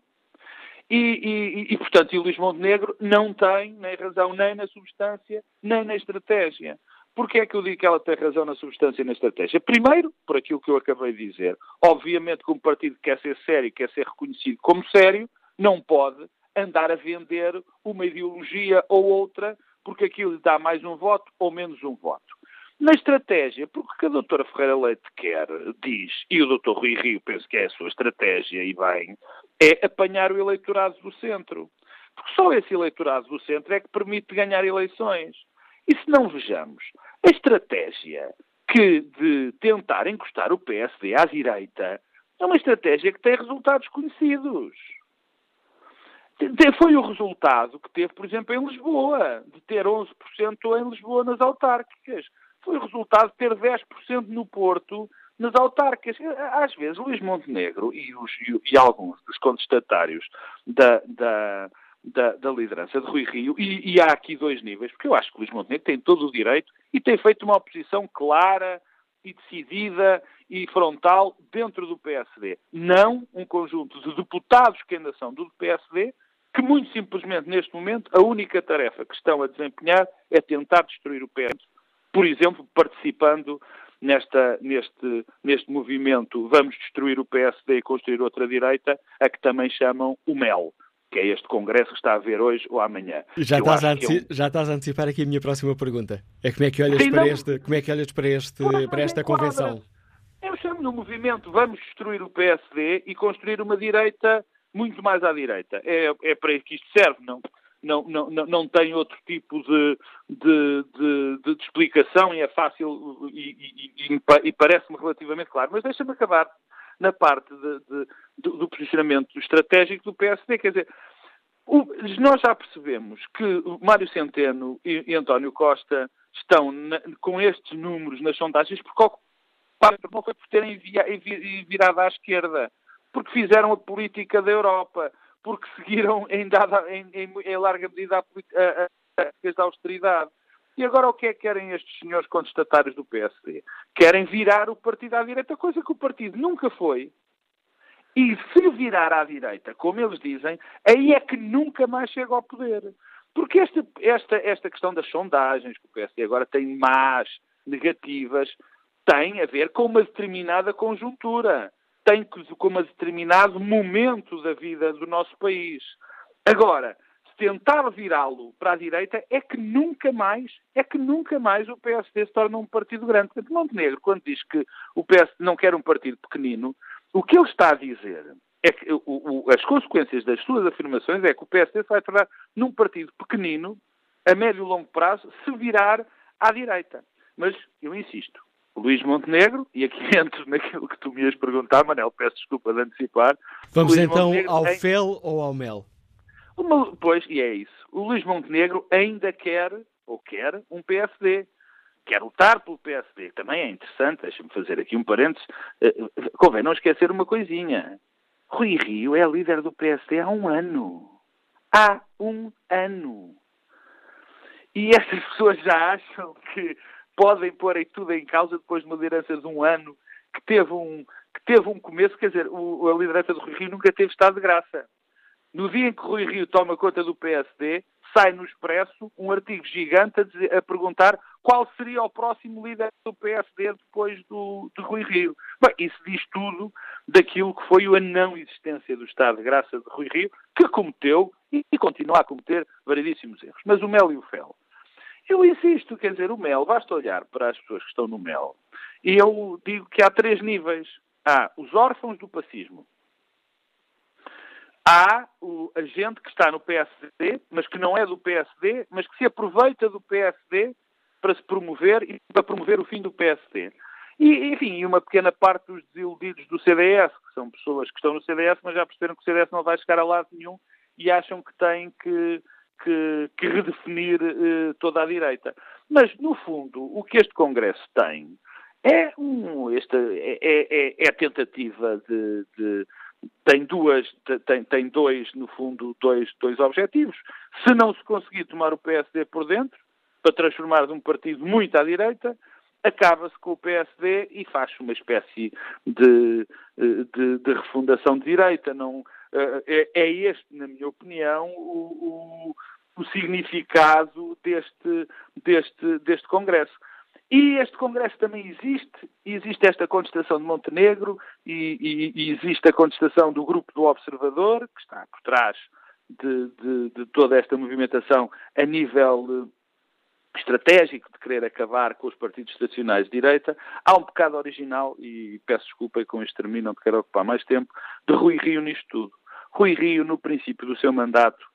Portanto, o Luís Montenegro não tem nem razão nem na substância, nem na estratégia. Porquê é que eu digo que ela tem razão na substância e na estratégia? Primeiro, por aquilo que eu acabei de dizer. Obviamente que um partido que quer ser sério, quer ser reconhecido como sério, não pode andar a vender uma ideologia ou outra porque aquilo lhe dá mais um voto ou menos um voto. Na estratégia, porque o que a doutora Ferreira Leite quer, diz, e o doutor Rui Rio penso que é a sua estratégia, e bem, é apanhar o eleitorado do centro. Porque só esse eleitorado do centro é que permite ganhar eleições. E se não vejamos, a estratégia de tentar encostar o PSD à direita é uma estratégia que tem resultados conhecidos. Foi o resultado que teve, por exemplo, em Lisboa, de ter 11% em Lisboa nas autárquicas. Foi o resultado de ter 10% no Porto nas autárquicas. Às vezes, Luís Montenegro e alguns dos contestatários da liderança de Rui Rio, e há aqui dois níveis, porque eu acho que Luís Montenegro tem todo o direito e tem feito uma oposição clara e decidida e frontal dentro do PSD. Não um conjunto de deputados que ainda são do PSD, que muito simplesmente neste momento a única tarefa que estão a desempenhar é tentar destruir o PSD. Por exemplo, participando neste movimento Vamos Destruir o PSD e Construir Outra Direita, a que também chamam o MEL, que é este congresso que está a haver hoje ou amanhã. Já estás a antecipar aqui a minha próxima pergunta. É como é que olhas para esta convenção? Eu chamo no movimento Vamos Destruir o PSD e Construir uma direita muito mais à direita. É para isso que isto serve, não tem outro tipo de explicação e é fácil e parece-me relativamente claro. Mas deixa-me acabar na parte do posicionamento estratégico do PSD. Quer dizer, nós já percebemos que Mário Centeno e António Costa estão com estes números nas sondagens porque não foi por terem virado à esquerda, porque fizeram a política da Europa, porque seguiram em larga medida a política da austeridade. E agora o que é que querem estes senhores contestatários do PSD? Querem virar o partido à direita, coisa que o partido nunca foi. E se virar à direita, como eles dizem, aí é que nunca mais chega ao poder. Porque esta questão das sondagens, que o PSD agora tem más, negativas, tem a ver com uma determinada conjuntura, tem com um determinado momento da vida do nosso país. Agora, se tentar virá-lo para a direita, é que nunca mais o PSD se torna um partido grande. Portanto, Montenegro, quando diz que o PSD não quer um partido pequenino, o que ele está a dizer é que as consequências das suas afirmações é que o PSD se vai tornar num partido pequenino, a médio e longo prazo, se virar à direita. Mas, eu insisto, o Luís Montenegro, e aqui entro naquilo que tu me ias perguntar, Manel, peço desculpa de antecipar. Vamos então ao fel ou ao mel? Pois, e é isso. O Luís Montenegro ainda quer um PSD. Quer lutar pelo PSD. Também é interessante, deixa-me fazer aqui um parênteses. Convém não esquecer uma coisinha. Rui Rio é líder do PSD há um ano. Há um ano. e essas pessoas já acham que podem pôr aí tudo em causa depois de uma liderança de um ano que teve um começo. Quer dizer, a liderança do Rui Rio nunca teve estado de graça. No dia em que o Rui Rio toma conta do PSD, sai no Expresso um artigo gigante a perguntar qual seria o próximo líder do PSD depois do Rui Rio. Bem, isso diz tudo daquilo que foi a não existência do estado de graça de Rui Rio, que cometeu e continua a cometer variedíssimos erros. Mas o mel e o fel. Eu insisto, quer dizer, o mel, basta olhar para as pessoas que estão no mel, e eu digo que há 3 níveis. Há os órfãos do fascismo. Há a gente que está no PSD, mas que não é do PSD, mas que se aproveita do PSD para se promover e para promover o fim do PSD. E, enfim, uma pequena parte dos desiludidos do CDS, que são pessoas que estão no CDS, mas já perceberam que o CDS não vai chegar a lado nenhum e acham que têm que redefinir toda a direita. Mas, no fundo, o que este Congresso tem é a tentativa tem dois, no fundo, dois objetivos. Se não se conseguir tomar o PSD por dentro, para transformar de um partido muito à direita, acaba-se com o PSD e faz uma espécie de refundação de direita. Não, é este, na minha opinião, o significado deste Congresso. E este Congresso também existe esta contestação de Montenegro e existe a contestação do grupo do Observador, que está por trás de toda esta movimentação a nível estratégico de querer acabar com os partidos estacionais de direita. Há um pecado original, e peço desculpa e com isto termino, não te quero ocupar mais tempo, de Rui Rio nisto tudo. Rui Rio, no princípio do seu mandato,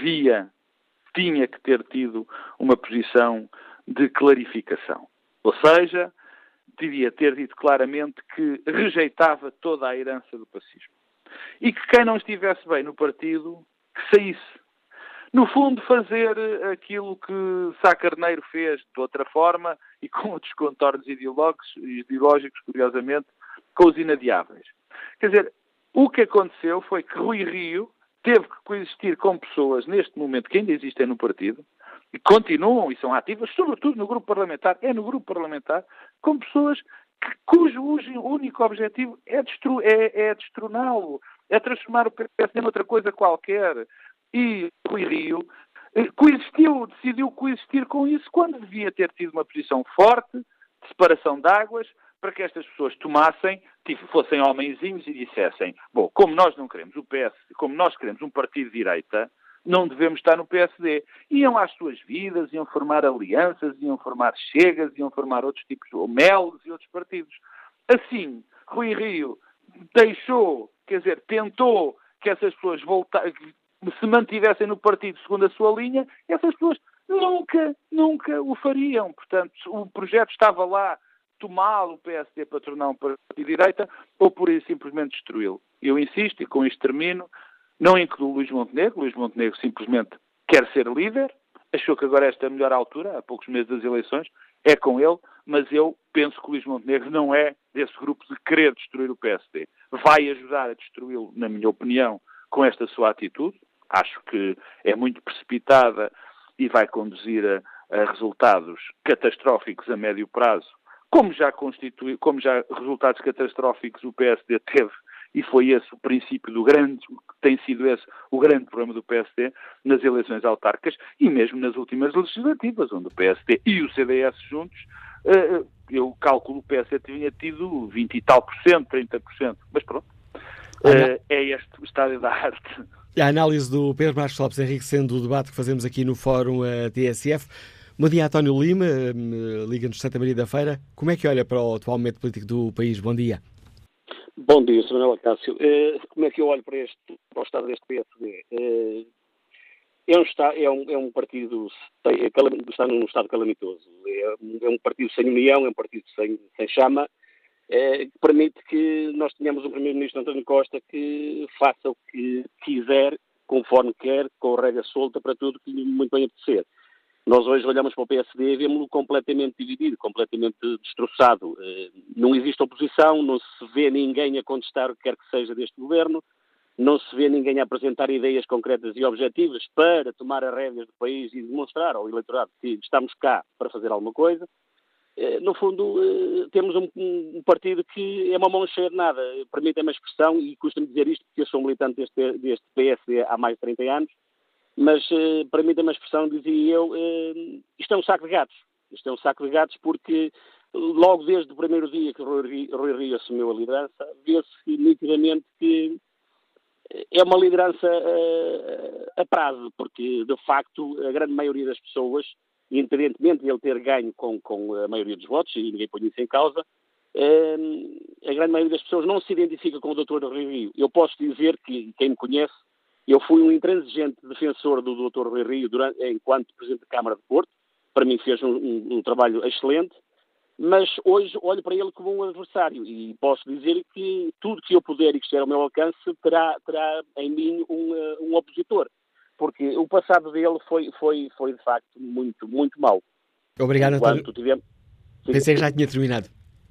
tinha que ter tido uma posição de clarificação. Ou seja, devia ter dito claramente que rejeitava toda a herança do fascismo. E que quem não estivesse bem no partido, que saísse. No fundo, fazer aquilo que Sá Carneiro fez de outra forma e com outros contornos ideológicos, curiosamente, com os inadiáveis. Quer dizer, o que aconteceu foi que Rui Rio teve que coexistir com pessoas, neste momento, que ainda existem no partido, e continuam e são ativas, sobretudo no grupo parlamentar, com pessoas cujo único objetivo é destroná-lo, é transformar o PSD noutra coisa qualquer. E Rui Rio decidiu coexistir com isso quando devia ter tido uma posição forte, de separação de águas, para que estas pessoas fossem homenzinhos e dissessem, bom, como nós não queremos o PS, como nós queremos um partido de direita, não devemos estar no PSD. Iam às suas vidas, iam formar alianças, iam formar chegas, iam formar outros tipos, ou MELs e outros partidos. Assim, Rui Rio tentou que essas pessoas se mantivessem no partido segundo a sua linha, essas pessoas nunca o fariam. Portanto, o projeto estava lá, tomá-lo o PSD para tornar um partido de direita, ou por isso simplesmente destruí-lo. Eu insisto, e com isto termino, não incluo Luís Montenegro. Luís Montenegro simplesmente quer ser líder, achou que agora esta é a melhor altura, há poucos meses das eleições, é com ele, mas eu penso que Luís Montenegro não é desse grupo de querer destruir o PSD. Vai ajudar a destruí-lo, na minha opinião, com esta sua atitude. Acho que é muito precipitada e vai conduzir a resultados catastróficos a médio prazo, como já resultados catastróficos o PSD teve, e foi esse o princípio tem sido esse o grande problema do PSD nas eleições autárquicas e mesmo nas últimas legislativas, onde o PSD e o CDS juntos, eu calculo que o PSD tinha tido 20 e tal %, 30%, mas pronto, é este o estado da arte. A análise do Pedro Marcos Lopes Henrique, sendo o debate que fazemos aqui no Fórum TSF. Bom dia, António Lima, Liga-nos de Santa Maria da Feira. Como é que olha para o atual momento político do país? Bom dia. Bom dia, Sr. Manuel Cássio. Como é que eu olho para o estado deste PSD? É um partido que está num estado calamitoso. É um partido sem união, é um partido sem chama, que permite que nós tenhamos um primeiro-ministro, António Costa, que faça o que quiser, conforme quer, com a rédea solta para tudo que lhe muito bem apetecer. Nós hoje olhamos para o PSD e vemos-lo completamente dividido, completamente destroçado. Não existe oposição, não se vê ninguém a contestar o que quer que seja deste governo. não se vê ninguém a apresentar ideias concretas e objetivas para tomar as rédeas do país e demonstrar ao eleitorado que estamos cá para fazer alguma coisa. No fundo, temos um partido que é uma mão cheia de nada. Permitem-me a expressão, e custa-me dizer isto porque eu sou militante deste PSD há mais de 30 anos, mas permitem-me a expressão, dizia eu, isto é um saco de gatos. Isto é um saco de gatos porque logo desde o primeiro dia que o Rui Rio assumiu a liderança, vê-se nitidamente que é uma liderança a prazo, porque de facto a grande maioria das pessoas, independentemente de ele ter ganho com a maioria dos votos, e ninguém põe isso em causa, a grande maioria das pessoas não se identifica com o Dr. Rui Rio. Eu posso dizer que, quem me conhece, eu fui um intransigente defensor do Dr. Rui Rio enquanto Presidente da Câmara de Porto. Para mim fez um trabalho excelente, mas hoje olho para ele como um adversário e posso dizer que tudo que eu puder e que estiver ao meu alcance terá em mim um opositor. Porque o passado dele foi de facto muito, muito mau. Obrigado, António. Pensei que já tinha terminado.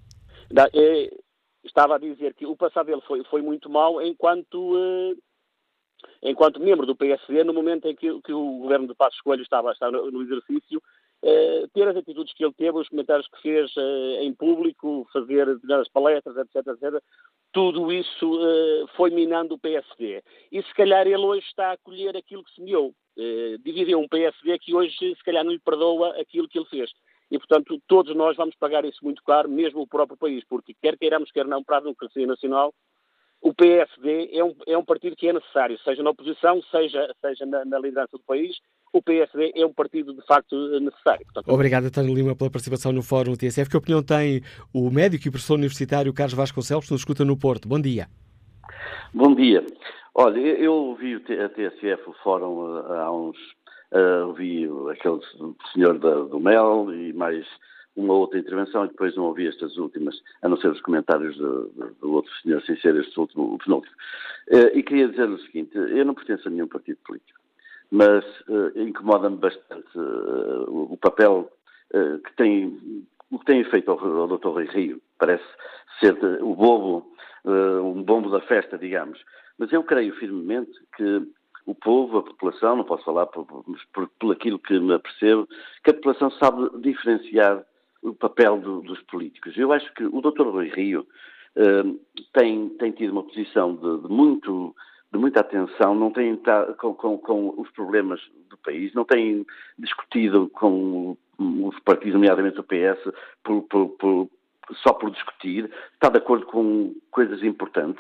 Estava a dizer que o passado dele foi muito mau enquanto membro do PSD, no momento em que o governo de Passos Coelho estava no exercício, ter as atitudes que ele teve, os comentários que fez em público, fazer determinadas palestras, etc. Tudo isso foi minando o PSD. E se calhar ele hoje está a colher aquilo que semeou. Dividiu um PSD que hoje se calhar não lhe perdoa aquilo que ele fez. E, portanto, todos nós vamos pagar isso muito caro, mesmo o próprio país, porque quer queiramos, quer não, para a democracia nacional, o PSD é um partido que é necessário, seja na oposição, seja na liderança do país. O PSD é um partido, de facto, necessário. Portanto, obrigado, António Lima, pela participação no Fórum TSF. Que opinião tem o médico e professor universitário Carlos Vasconcelos, que nos escuta no Porto? Bom dia. Bom dia. Olha, eu vi a TSF, o Fórum, há uns... vi aquele senhor do Mel e mais uma outra intervenção e depois não ouvi estas últimas, a não ser os comentários do outro senhor, sem ser este último, o penúltimo. E queria dizer o seguinte, eu não pertenço a nenhum partido político, mas incomoda-me bastante o papel que tem feito ao Dr. Rui Rio. Parece ser o bobo, um bombo da festa, digamos. Mas eu creio firmemente que o povo, a população, não posso falar por aquilo que me apercebo, que a população sabe diferenciar o papel dos políticos. Eu acho que o Dr. Rui Rio tem tido uma posição de muita atenção, não tem estado com os problemas do país, não tem discutido com os partidos, nomeadamente o PS, só por discutir, está de acordo com coisas importantes.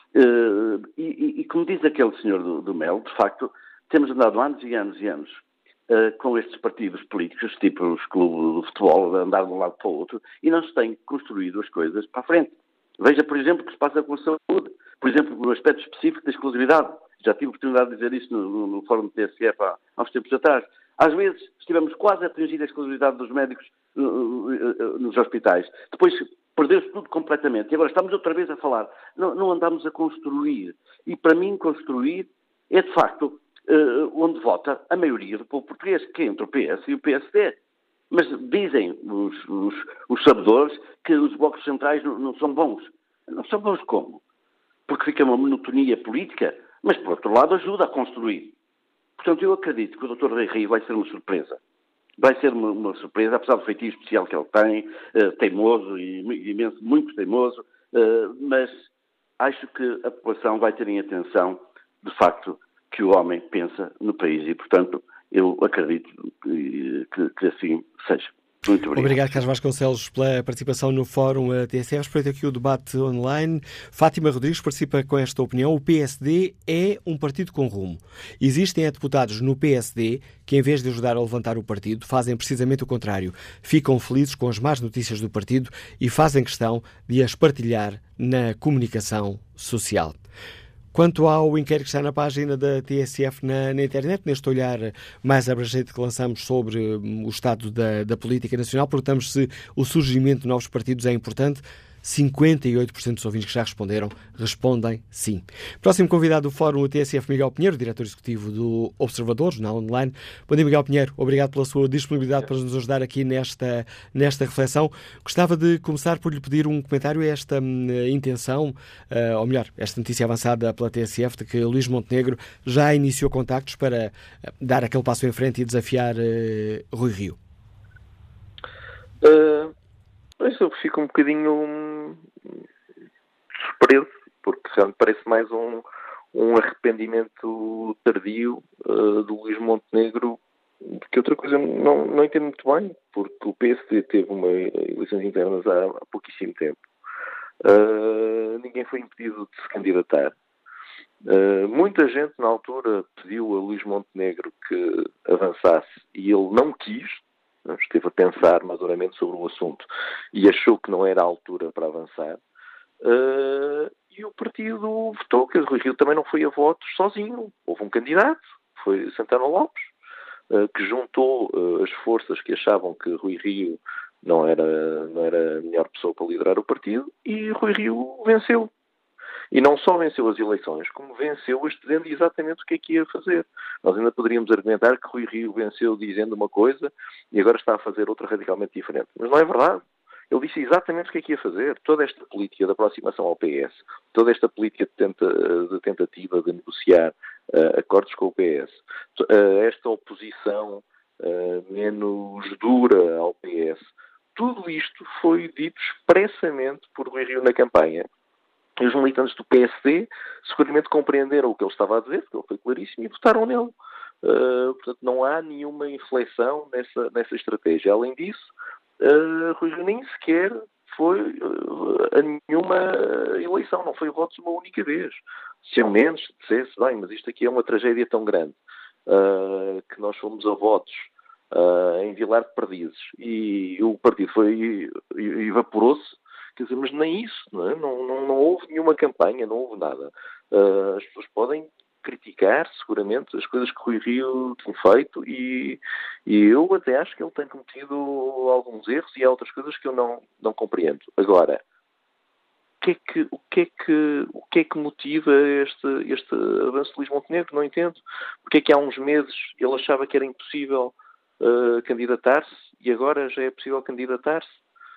E como diz aquele senhor do Mel, de facto, temos andado anos e anos e anos com estes partidos políticos, tipo os clubes de futebol, a andar de um lado para o outro, e não se tem construído as coisas para a frente. Veja, por exemplo, o que se passa com a saúde. Por exemplo, o aspecto específico da exclusividade. Já tive a oportunidade de dizer isso no Fórum do TSF há uns tempos atrás. Às vezes estivemos quase a atingir a exclusividade dos médicos nos hospitais. Depois perdeu-se tudo completamente. E agora estamos outra vez a falar. Não andamos a construir. E para mim construir é de facto onde vota a maioria do povo português, que é entre o PS e o PSD. Mas dizem os sabedores que os blocos centrais não são bons. Não são bons como? Porque fica uma monotonia política, mas por outro lado ajuda a construir. Portanto, eu acredito que o Dr. Rui Rio vai ser uma surpresa. Vai ser uma surpresa, apesar do feitio especial que ele tem, teimoso e imenso, muito teimoso, mas acho que a população vai ter em atenção, de facto, que o homem pensa no país e, portanto, eu acredito que assim seja. Muito obrigado. Obrigado, Carlos Vasconcelos, pela participação no Fórum TSF. Respeito aqui o debate online. Fátima Rodrigues participa com esta opinião. O PSD é um partido com rumo. Existem deputados no PSD que, em vez de ajudar a levantar o partido, fazem precisamente o contrário. Ficam felizes com as más notícias do partido e fazem questão de as partilhar na comunicação social. Quanto ao inquérito que está na página da TSF na internet, neste olhar mais abrangente que lançamos sobre o estado da política nacional, perguntamos se o surgimento de novos partidos é importante. 58% dos ouvintes que já responderam respondem sim. Próximo convidado do Fórum TSF, Miguel Pinheiro, diretor executivo do Observador, jornal online. Bom dia, Miguel Pinheiro. Obrigado pela sua disponibilidade para nos ajudar aqui nesta reflexão. Gostava de começar por lhe pedir um comentário a esta intenção, ou melhor, esta notícia avançada pela TSF de que Luís Montenegro já iniciou contactos para dar aquele passo em frente e desafiar Rui Rio. Eu fico um bocadinho surpreso, porque realmente parece mais um arrependimento tardio do Luís Montenegro do que outra coisa. Não entendo muito bem, porque o PSD teve eleições internas há pouquíssimo tempo. Ninguém foi impedido de se candidatar. Muita gente na altura pediu a Luís Montenegro que avançasse e ele não quis. Esteve a pensar maduramente sobre o assunto e achou que não era a altura para avançar. E o partido votou, que Rui Rio também não foi a votos sozinho. Houve um candidato, foi Santana Lopes, que juntou as forças que achavam que Rui Rio não era a melhor pessoa para liderar o partido, e Rui Rio venceu. E não só venceu as eleições, como venceu-as dizendo exatamente o que é que ia fazer. Nós ainda poderíamos argumentar que Rui Rio venceu dizendo uma coisa e agora está a fazer outra radicalmente diferente. Mas não é verdade. Ele disse exatamente o que é que ia fazer. Toda esta política de aproximação ao PS, toda esta política de tentativa de negociar acordos com o PS, esta oposição menos dura ao PS, tudo isto foi dito expressamente por Rui Rio na campanha. E os militantes do PSD seguramente compreenderam o que ele estava a dizer, porque ele foi claríssimo, e votaram nele. Portanto, não há nenhuma inflexão nessa estratégia. Além disso, Rui Rio nem sequer foi a nenhuma eleição, não foi votos uma única vez. Se ao menos dissesse, bem, mas isto aqui é uma tragédia tão grande, que nós fomos a votos em Vilar de Perdizes, e o partido evaporou-se. Quer dizer, mas nem isso, não é? Não houve nenhuma campanha, não houve nada. As pessoas podem criticar, seguramente, as coisas que Rui Rio tem feito, e eu até acho que ele tem cometido alguns erros e há outras coisas que eu não compreendo. Agora, o que é que motiva este avanço de Luís Montenegro? Não entendo. Porque é que há uns meses ele achava que era impossível candidatar-se e agora já é possível candidatar-se?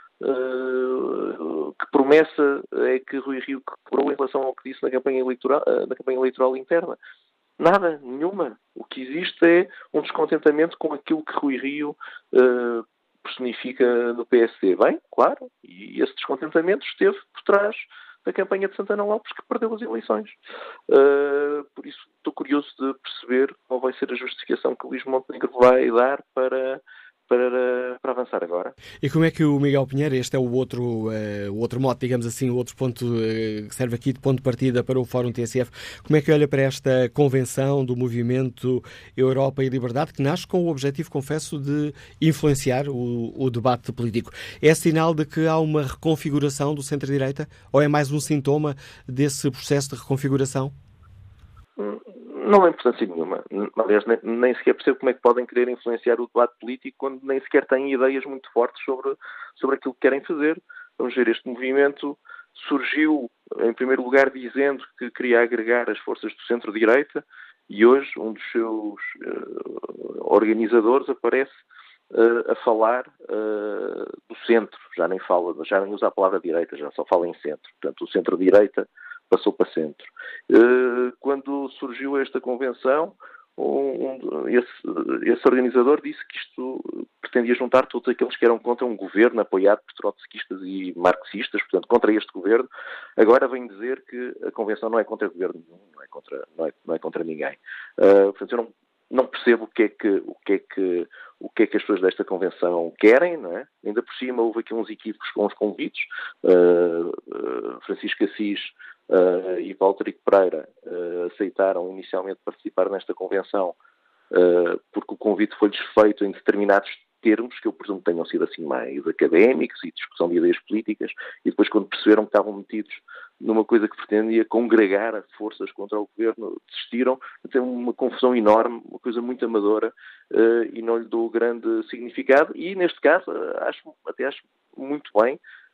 Que promessa é que Rui Rio quebrou em relação ao que disse na campanha eleitoral interna? Nada, nenhuma. O que existe é um descontentamento com aquilo que Rui Rio personifica no PSD. Bem, claro, e esse descontentamento esteve por trás da campanha de Santana Lopes, que perdeu as eleições. Por isso estou curioso de perceber qual vai ser a justificação que Luís Montenegro vai dar para avançar agora. E como é que o Miguel Pinheiro, este é o outro mote, digamos assim, o outro ponto que serve aqui de ponto de partida para o Fórum TSF, como é que olha para esta convenção do movimento Europa e Liberdade, que nasce com o objetivo, confesso, de influenciar o debate político? É sinal de que há uma reconfiguração do centro-direita ou é mais um sintoma desse processo de reconfiguração? Não há importância nenhuma. Aliás, nem sequer percebo como é que podem querer influenciar o debate político quando nem sequer têm ideias muito fortes sobre aquilo que querem fazer. Vamos ver, este movimento surgiu, em primeiro lugar, dizendo que queria agregar as forças do centro-direita, e hoje um dos seus organizadores aparece a falar do centro. Já nem usa a palavra direita, já só fala em centro. Portanto, o centro-direita passou para centro. Quando surgiu esta convenção, esse organizador disse que isto pretendia juntar todos aqueles que eram contra um governo apoiado por trotskistas e marxistas, portanto, contra este governo. Agora vem dizer que a convenção não é contra o governo nenhum, não é contra ninguém. Portanto, eu não percebo o que é que as pessoas desta convenção querem, não é? Ainda por cima houve aqui uns equívocos com os convites. Francisco Assis e Valterico Pereira aceitaram inicialmente participar nesta convenção porque o convite foi-lhes feito em determinados termos, que eu presumo que tenham sido assim mais académicos e discussão de ideias políticas, e depois quando perceberam que estavam metidos numa coisa que pretendia congregar as forças contra o governo, desistiram. Tem uma confusão enorme, uma coisa muito amadora, e não lhe dou grande significado, e neste caso acho muito bem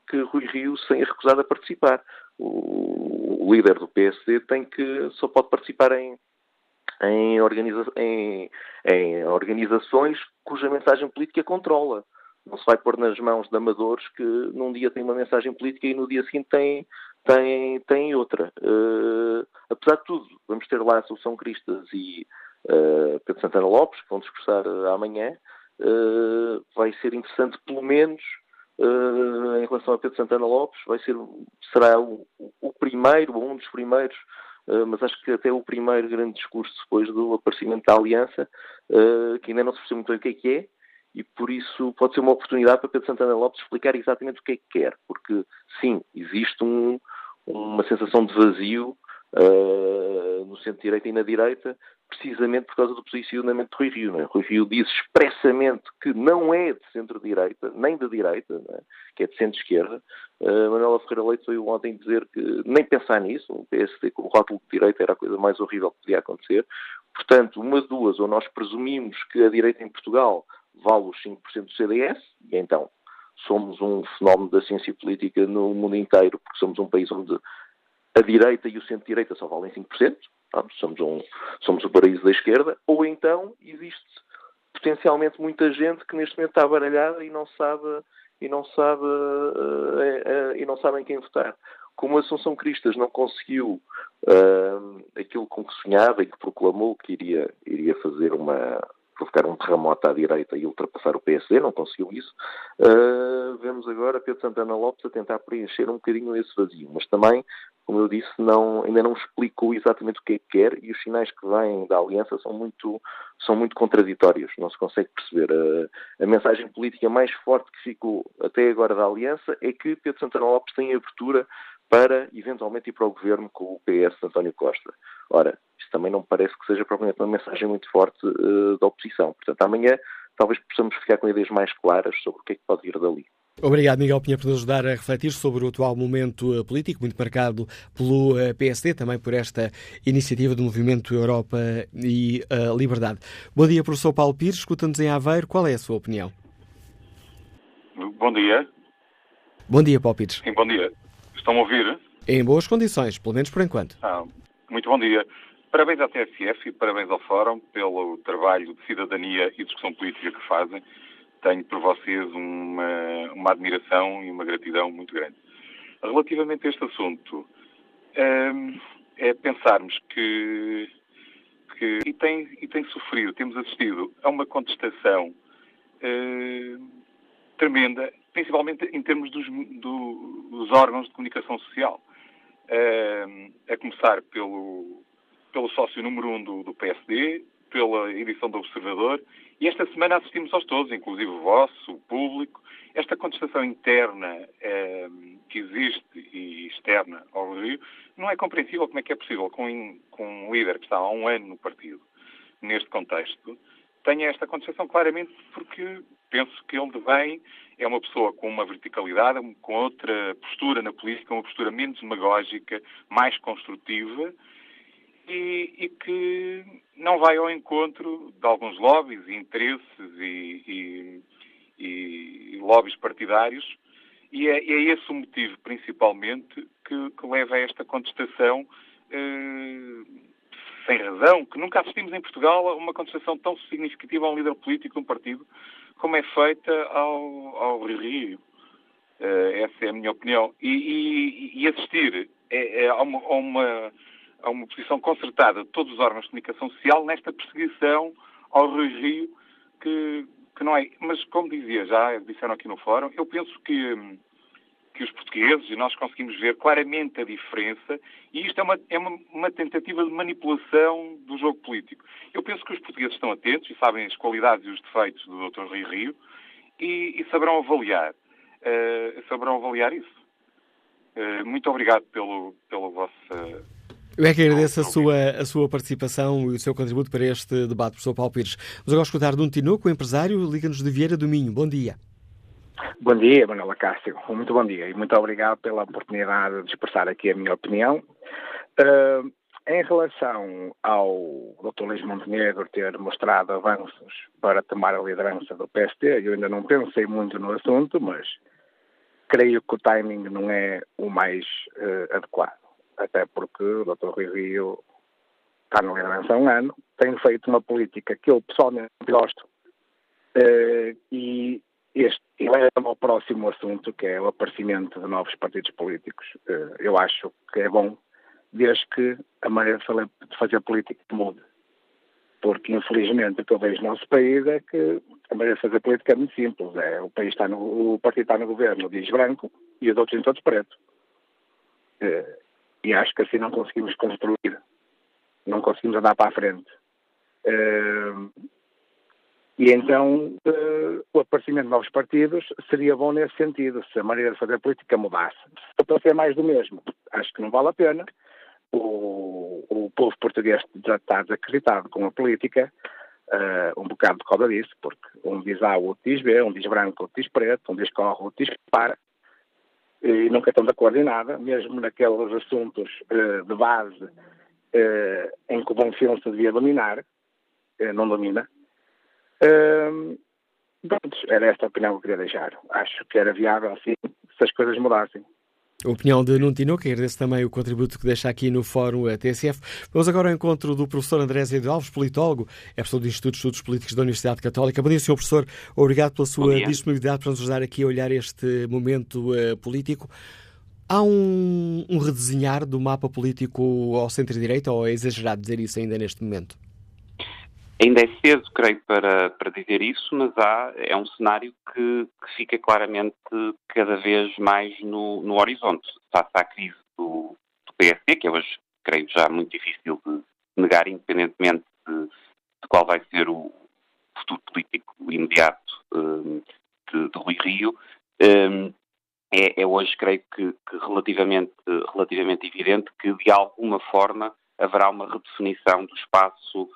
que Rui Rio se tenha recusado a participar. O líder do PSD só pode participar em organizações cuja mensagem política controla. Não se vai pôr nas mãos de amadores que num dia têm uma mensagem política e no dia seguinte têm outra. Apesar de tudo, vamos ter lá a Assunção Cristas e Pedro Santana Lopes, que vão discursar amanhã. Vai ser interessante, pelo menos, em relação a Pedro Santana Lopes, será o primeiro, ou um dos primeiros, mas acho que até o primeiro grande discurso depois do aparecimento da Aliança, que ainda não se percebeu muito bem o que é, e por isso pode ser uma oportunidade para Pedro Santana Lopes explicar exatamente o que é que quer, porque sim, existe uma sensação de vazio no centro-direita e na direita, precisamente por causa do posicionamento de Rui Rio. Não é? Rui Rio diz expressamente que não é de centro-direita, nem de direita, não é? Que é de centro-esquerda. Manuela Ferreira Leite foi ontem dizer que nem pensar nisso, o PSD com o rótulo de direita era a coisa mais horrível que podia acontecer. Portanto, uma de duas, ou nós presumimos que a direita em Portugal vale os 5% do CDS, e então somos um fenómeno da ciência política no mundo inteiro, porque somos um país onde a direita e o centro-direita só valem 5%, somos o paraíso da esquerda, ou então existe potencialmente muita gente que neste momento está baralhada e não sabem quem votar. Como a Assunção Cristas não conseguiu aquilo com que sonhava e que proclamou que iria provocar um terremoto à direita e ultrapassar o PSD, não conseguiu isso. Vemos agora Pedro Santana Lopes a tentar preencher um bocadinho esse vazio, mas também, como eu disse, ainda não explicou exatamente o que é que quer, e os sinais que vêm da Aliança são muito contraditórios, não se consegue perceber. A mensagem política mais forte que ficou até agora da Aliança é que Pedro Santana Lopes tem abertura para, eventualmente, ir para o governo com o PS de António Costa. Ora, isso também não me parece que seja propriamente uma mensagem muito forte da oposição. Portanto, amanhã talvez possamos ficar com ideias mais claras sobre o que é que pode vir dali. Obrigado, Miguel Pinheiro, por nos ajudar a refletir sobre o atual momento político, muito marcado pelo PSD, também por esta iniciativa do Movimento Europa e Liberdade. Bom dia, professor Paulo Pires, escuta-nos em Aveiro. Qual é a sua opinião? Bom dia. Bom dia, Paulo Pires. Sim, bom dia. Estão-me a ouvir? Em boas condições, pelo menos por enquanto. Muito bom dia. Parabéns à TSF e parabéns ao Fórum pelo trabalho de cidadania e discussão política que fazem. Tenho por vocês uma admiração e uma gratidão muito grande. Relativamente a este assunto, é pensarmos que tem sofrido, temos assistido a uma contestação tremenda, principalmente em termos dos órgãos de comunicação social. A começar pelo sócio número 1 do PSD, pela edição do Observador, e esta semana assistimos aos todos, inclusive o vosso, o público, esta contestação interna que existe e externa ao Rio. Não é compreensível como é que é possível com um líder que está há um ano no partido, neste contexto, tenha esta contestação claramente, porque penso que ele é uma pessoa com uma verticalidade, com outra postura na política, uma postura menos demagógica, mais construtiva, e que não vai ao encontro de alguns lobbies e interesses e lobbies partidários, e é esse o motivo, principalmente, que leva a esta contestação sem razão, que nunca assistimos em Portugal a uma contestação tão significativa a um líder político de um partido como é feita ao Rio. Essa é a minha opinião. E assistir a uma posição concertada de todos os órgãos de comunicação social nesta perseguição ao Rio, que não é... Mas, como dizia, já disseram aqui no fórum, eu penso que os portugueses, e nós conseguimos ver claramente a diferença, e isto é uma tentativa de manipulação do jogo político. Eu penso que os portugueses estão atentos e sabem as qualidades e os defeitos do Dr. Rui Rio e saberão avaliar isso. Muito obrigado pelo vosso... Eu é que agradeço a sua participação e o seu contributo para este debate, professor Paulo Pires. Vamos agora escutar de um Tinoco, empresário, liga-nos de Vieira do Minho. Bom dia. Bom dia, Manuela Cássio. Muito bom dia e muito obrigado pela oportunidade de expressar aqui a minha opinião. Em relação ao Dr. Luís Montenegro ter mostrado avanços para tomar a liderança do PSD, eu ainda não pensei muito no assunto, mas creio que o timing não é o mais adequado, até porque o Dr. Rui Rio está na liderança há um ano, tem feito uma política que eu pessoalmente gosto, e leva-me ao próximo assunto, que é o aparecimento de novos partidos políticos. Eu acho que é bom, desde que a maneira de fazer política mude. Porque, infelizmente, o que eu vejo no nosso país é que a maneira de fazer política é muito simples. O partido está no governo, diz branco, e os outros dizem todos preto. E acho que assim não conseguimos construir, não conseguimos andar para a frente. E então o aparecimento de novos partidos seria bom nesse sentido, se a maneira de fazer política mudasse. Se para ser mais do mesmo, acho que não vale a pena. O povo português já está desacreditado com a política, um bocado por causa disso, porque um diz A, o outro diz B, um diz branco, o outro diz preto, um diz corre, o outro diz para, e nunca estão de acordo em nada, mesmo naqueles assuntos de base em que o bom senso devia dominar, não domina. Era esta a opinião que eu queria deixar. Acho que era viável, assim, se as coisas mudassem. A opinião de Nuno Tinoco, que agradeço também o contributo que deixa aqui no Fórum TSF. Vamos agora ao encontro do professor André Azevedo Alves, politólogo, é professor do Instituto de Estudos Políticos da Universidade Católica. Bom dia, Sr. Professor. Obrigado pela sua disponibilidade para nos ajudar aqui a olhar este momento político. Há um redesenhar do mapa político ao centro-direita, ou é exagerado dizer isso ainda neste momento? Ainda é cedo, creio, para dizer isso, mas é um cenário que fica claramente cada vez mais no horizonte. Face à crise do PSD, que é hoje, creio, já muito difícil de negar, independentemente de qual vai ser o futuro político imediato de Rui Rio, é hoje, creio que relativamente evidente que, de alguma forma, haverá uma redefinição do espaço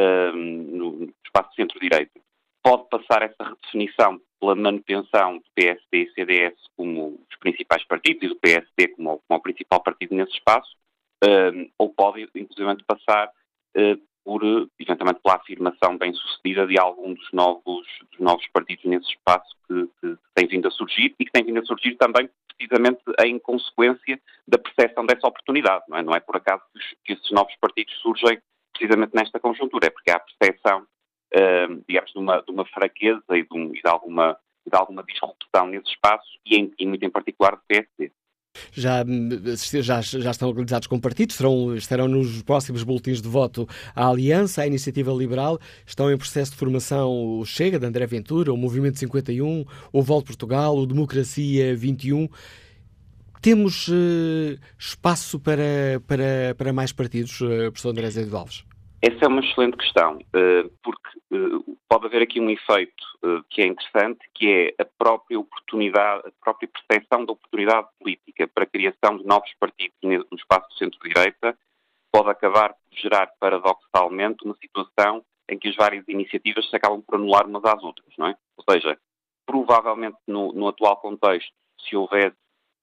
no espaço de centro-direita. Pode passar essa redefinição pela manutenção do PSD e CDS como os principais partidos e do PSD como o principal partido nesse espaço, ou pode, inclusive, passar eventualmente, pela afirmação bem-sucedida de algum dos novos partidos nesse espaço que tem vindo a surgir e que tem vindo a surgir também precisamente em consequência da percepção dessa oportunidade. Não é por acaso que esses novos partidos surgem precisamente nesta conjuntura, é porque há a percepção, digamos, de uma fraqueza e de alguma disrupção nesse espaço e muito em particular do PSD. Já estão organizados como partidos, estarão nos próximos boletins de voto a Aliança, a Iniciativa Liberal, estão em processo de formação o Chega, de André Ventura, o Movimento 51, o Volta Portugal, o Democracia 21. Temos espaço para mais partidos, professor André Azevedo Alves? Essa é uma excelente questão, porque pode haver aqui um efeito que é interessante, que é a própria oportunidade, a própria percepção da oportunidade política para a criação de novos partidos no espaço do centro-direita pode acabar por gerar, paradoxalmente, uma situação em que as várias iniciativas se acabam por anular umas às outras, não é? Ou seja, provavelmente no atual contexto, se houvesse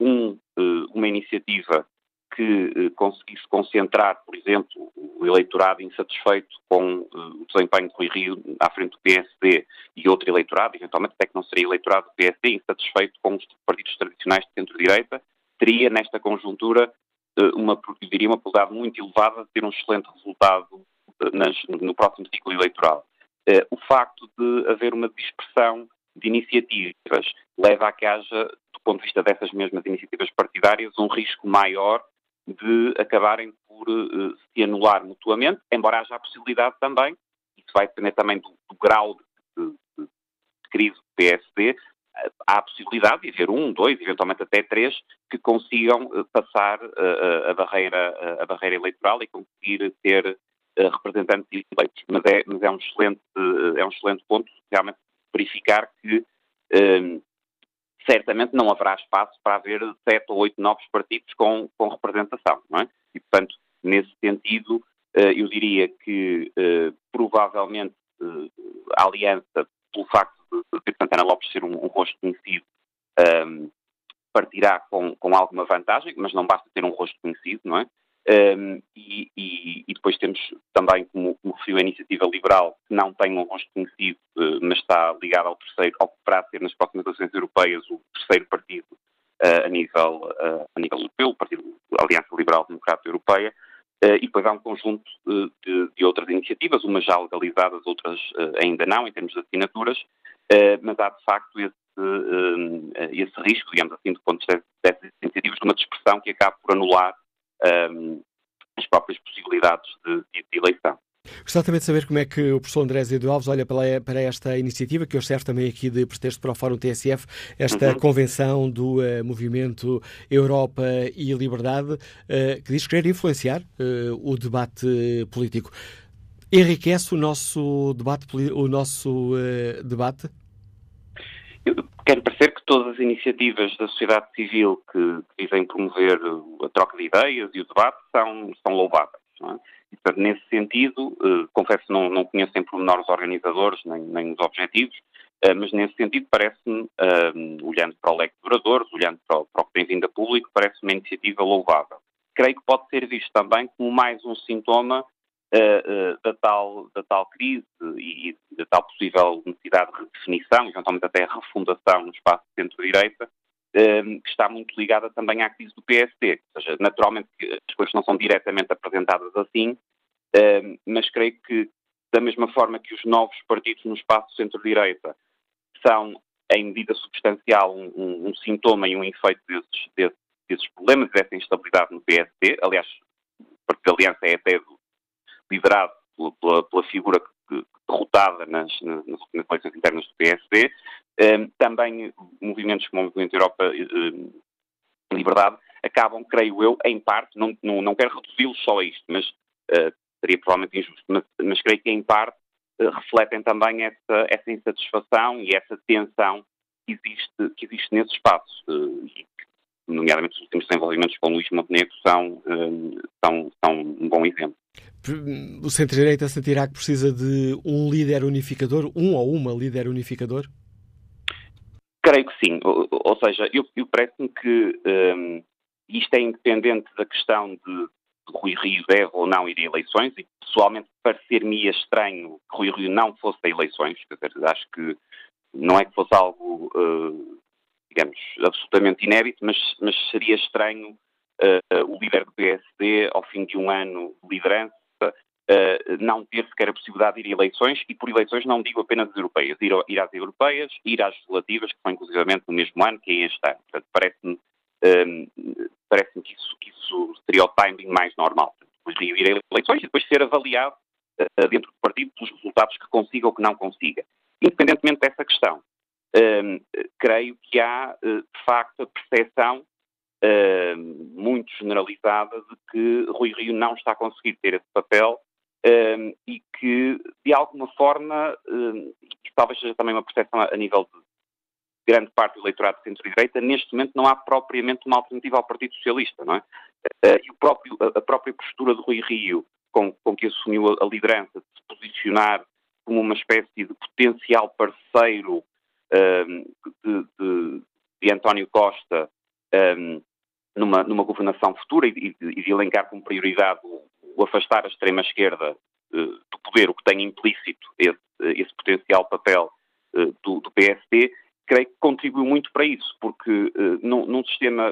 uma iniciativa que conseguisse concentrar, por exemplo, o eleitorado insatisfeito com o desempenho de Rui Rio à frente do PSD e outro eleitorado, eventualmente até que não seria eleitorado do PSD, insatisfeito com os partidos tradicionais de centro-direita, teria nesta conjuntura uma probabilidade muito elevada de ter um excelente resultado no próximo ciclo eleitoral. O facto de haver uma dispersão de iniciativas leva a que haja, do ponto de vista dessas mesmas iniciativas partidárias, um risco maior de acabarem por se anular mutuamente, embora haja a possibilidade também, isso vai depender também do grau de crise do PSD, há a possibilidade de haver 1, 2, eventualmente até 3, que consigam passar a barreira eleitoral e conseguir ter representantes eleitos. Mas é um excelente ponto realmente verificar que certamente não haverá espaço para haver 7 ou 8 novos partidos com representação, não é? E, portanto, nesse sentido, eu diria que provavelmente a Aliança, pelo facto de Santana Lopes ser um rosto conhecido, partirá com alguma vantagem, mas não basta ter um rosto conhecido, não é? E depois temos também, como referiu a Iniciativa Liberal, que não tem um rosto conhecido, mas está ligado ao terceiro, ao que deverá ser nas próximas eleições europeias o terceiro partido a nível europeu, o Partido Aliança Liberal Democrata Europeia, e depois há um conjunto de outras iniciativas, umas já legalizadas, outras ainda não, em termos de assinaturas, mas há de facto esse risco, digamos assim, do ponto de vista dessas iniciativas, de uma dispersão que acaba por anular as próprias possibilidades de eleição. Gostava também de saber como é que o professor André Azevedo Alves olha para esta iniciativa, que hoje serve também aqui de pretexto para o Fórum TSF, esta convenção do Movimento Europa e Liberdade, que diz querer influenciar o debate político. Enriquece o nosso debate? Eu quero parecer que todas as iniciativas da sociedade civil que visem promover a troca de ideias e o debate são louváveis, não é? E, portanto, nesse sentido, confesso que não conheço em pormenor os organizadores nem os objetivos, mas nesse sentido parece-me, olhando para o leque de oradores, olhando para o que tem vindo a público, parece-me uma iniciativa louvável. Creio que pode ser visto também como mais um sintoma da tal crise e da tal possível necessidade de redefinição, eventualmente até refundação no espaço de centro-direita, que está muito ligada também à crise do PSD. Ou seja, naturalmente as coisas não são diretamente apresentadas assim, mas creio que da mesma forma que os novos partidos no espaço centro-direita são, em medida substancial, um sintoma e um efeito desses problemas, dessa instabilidade no PSD. Aliás, o Partido da Aliança é até liderado pela figura derrotada nas eleições internas do PSD. Também movimentos como o Movimento Europa e Liberdade acabam, creio eu, em parte, não quero reduzi-los só a isto, mas seria provavelmente injusto, mas creio que em parte refletem também essa insatisfação e essa tensão que existe nesse espaço. Nomeadamente os últimos desenvolvimentos com Luís Montenegro são um bom exemplo. O centro-direita sentirá que precisa de um líder unificador, um ou uma líder unificador? Creio que sim. Ou seja, eu parece-me que isto é independente da questão de Rui Rio deve ou não ir a eleições, e pessoalmente parecer-me estranho que Rui Rio não fosse a eleições. Quer dizer, acho que não é que fosse algo, digamos, absolutamente inédito, mas seria estranho o líder do PSD, ao fim de um ano de liderança, não ter sequer a possibilidade de ir a eleições, e por eleições não digo apenas as europeias, ir às europeias, ir às legislativas, que são inclusivamente no mesmo ano, que é este ano. Portanto, parece-me que isso seria o timing mais normal. Depois de ir a eleições e depois ser avaliado dentro do partido pelos resultados que consiga ou que não consiga. Independentemente dessa questão, creio que há, de facto, a percepção muito generalizada de que Rui Rio não está a conseguir ter esse papel e que, de alguma forma, e talvez seja também uma percepção a nível de grande parte do eleitorado de centro-direita, neste momento não há propriamente uma alternativa ao Partido Socialista, não é? E a própria postura de Rui Rio, com que assumiu a liderança, de se posicionar como uma espécie de potencial parceiro de António Costa numa governação futura e de elencar como prioridade o afastar a extrema-esquerda do poder, o que tem implícito esse potencial papel do PSD, creio que contribuiu muito para isso, porque num sistema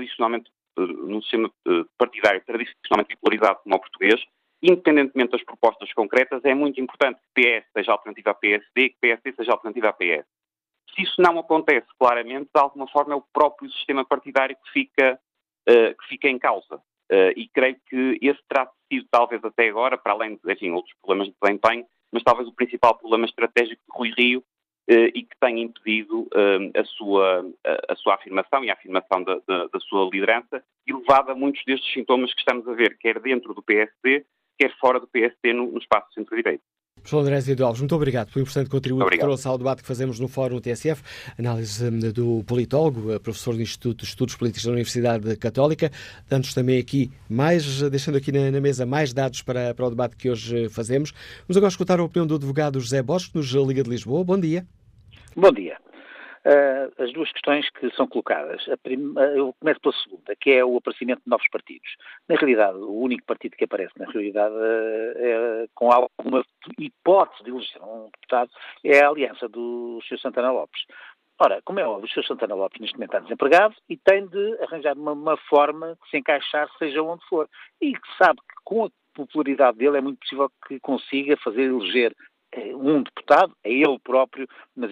partidário tradicionalmente bipolarizado como o português, independentemente das propostas concretas, é muito importante que PS seja alternativa a PSD e que PSD seja alternativa a PS. Se isso não acontece claramente, de alguma forma é o próprio sistema partidário que fica em causa. E creio que esse terá sido, talvez até agora, para além de outros problemas de desempenho, mas talvez o principal problema estratégico de Rui Rio e que tem impedido a sua afirmação e a afirmação da sua liderança e levado a muitos destes sintomas que estamos a ver, quer dentro do PSD, quer fora do PSD no espaço centro-direita. Professor André Azevedo Alves, muito obrigado pelo importante contributo que trouxe ao debate que fazemos no Fórum TSF. Análise do politólogo, professor do Instituto de Estudos Políticos da Universidade Católica, dando-nos também aqui deixando aqui na mesa mais dados para o debate que hoje fazemos. Vamos agora escutar a opinião do advogado José Bosco, nos Liga de Lisboa. Bom dia. Bom dia. As duas questões que são colocadas. Eu começo pela segunda, que é o aparecimento de novos partidos. Na realidade, o único partido que aparece, na realidade, com alguma hipótese de eleger um deputado, é a aliança do Sr. Santana Lopes. Ora, como é óbvio, o Sr. Santana Lopes neste momento está desempregado e tem de arranjar uma forma de se encaixar, seja onde for. E que sabe que com a popularidade dele é muito possível que consiga fazer eleger um deputado, a ele próprio, nas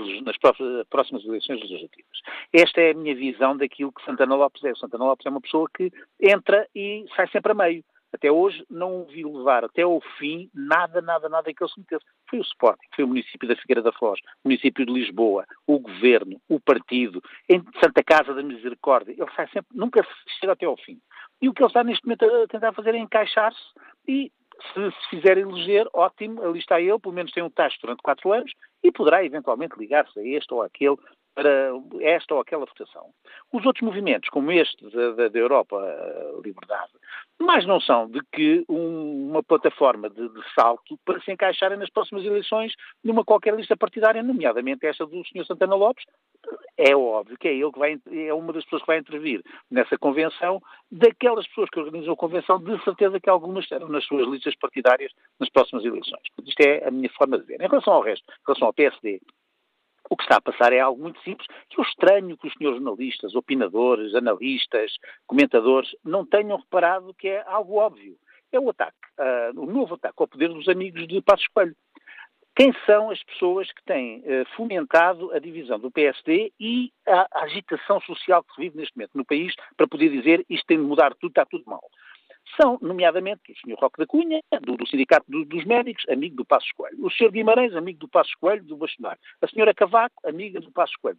próximas eleições legislativas. Esta é a minha visão daquilo que Santana Lopes é. O Santana Lopes é uma pessoa que entra e sai sempre a meio. Até hoje não o vi levar até ao fim nada que ele se metesse. Foi o Sporting, foi o município da Figueira da Foz, o município de Lisboa, o governo, o partido, em Santa Casa da Misericórdia. Ele sai sempre, nunca chega até ao fim. E o que ele está neste momento a tentar fazer é encaixar-se e se fizer eleger, ótimo, ali está ele, pelo menos tem um taxa durante 4 anos e poderá eventualmente ligar-se a este ou aquele para esta ou aquela votação. Os outros movimentos, como este da Europa Liberdade, mas não são de que uma plataforma de salto para se encaixarem nas próximas eleições numa qualquer lista partidária, nomeadamente esta do Sr. Santana Lopes. É óbvio que é ele que é uma das pessoas que vai intervir nessa convenção. Daquelas pessoas que organizam a convenção, de certeza que algumas estarão nas suas listas partidárias nas próximas eleições. Isto é a minha forma de ver. Em relação ao resto, em relação ao PSD, o que está a passar é algo muito simples, que eu estranho que os senhores jornalistas, opinadores, analistas, comentadores, não tenham reparado que é algo óbvio. É o ataque, o novo ataque ao poder dos amigos de Passos Coelho. Quem são as pessoas que têm fomentado a divisão do PSD e a agitação social que se vive neste momento no país para poder dizer isto tem de mudar tudo, está tudo mal? São, nomeadamente, o Sr. Roque da Cunha, do Sindicato dos Médicos, amigo do Passos Coelho. O Sr. Guimarães, amigo do Passos Coelho, do Bachelar. A Sra. Cavaco, amiga do Passos Coelho.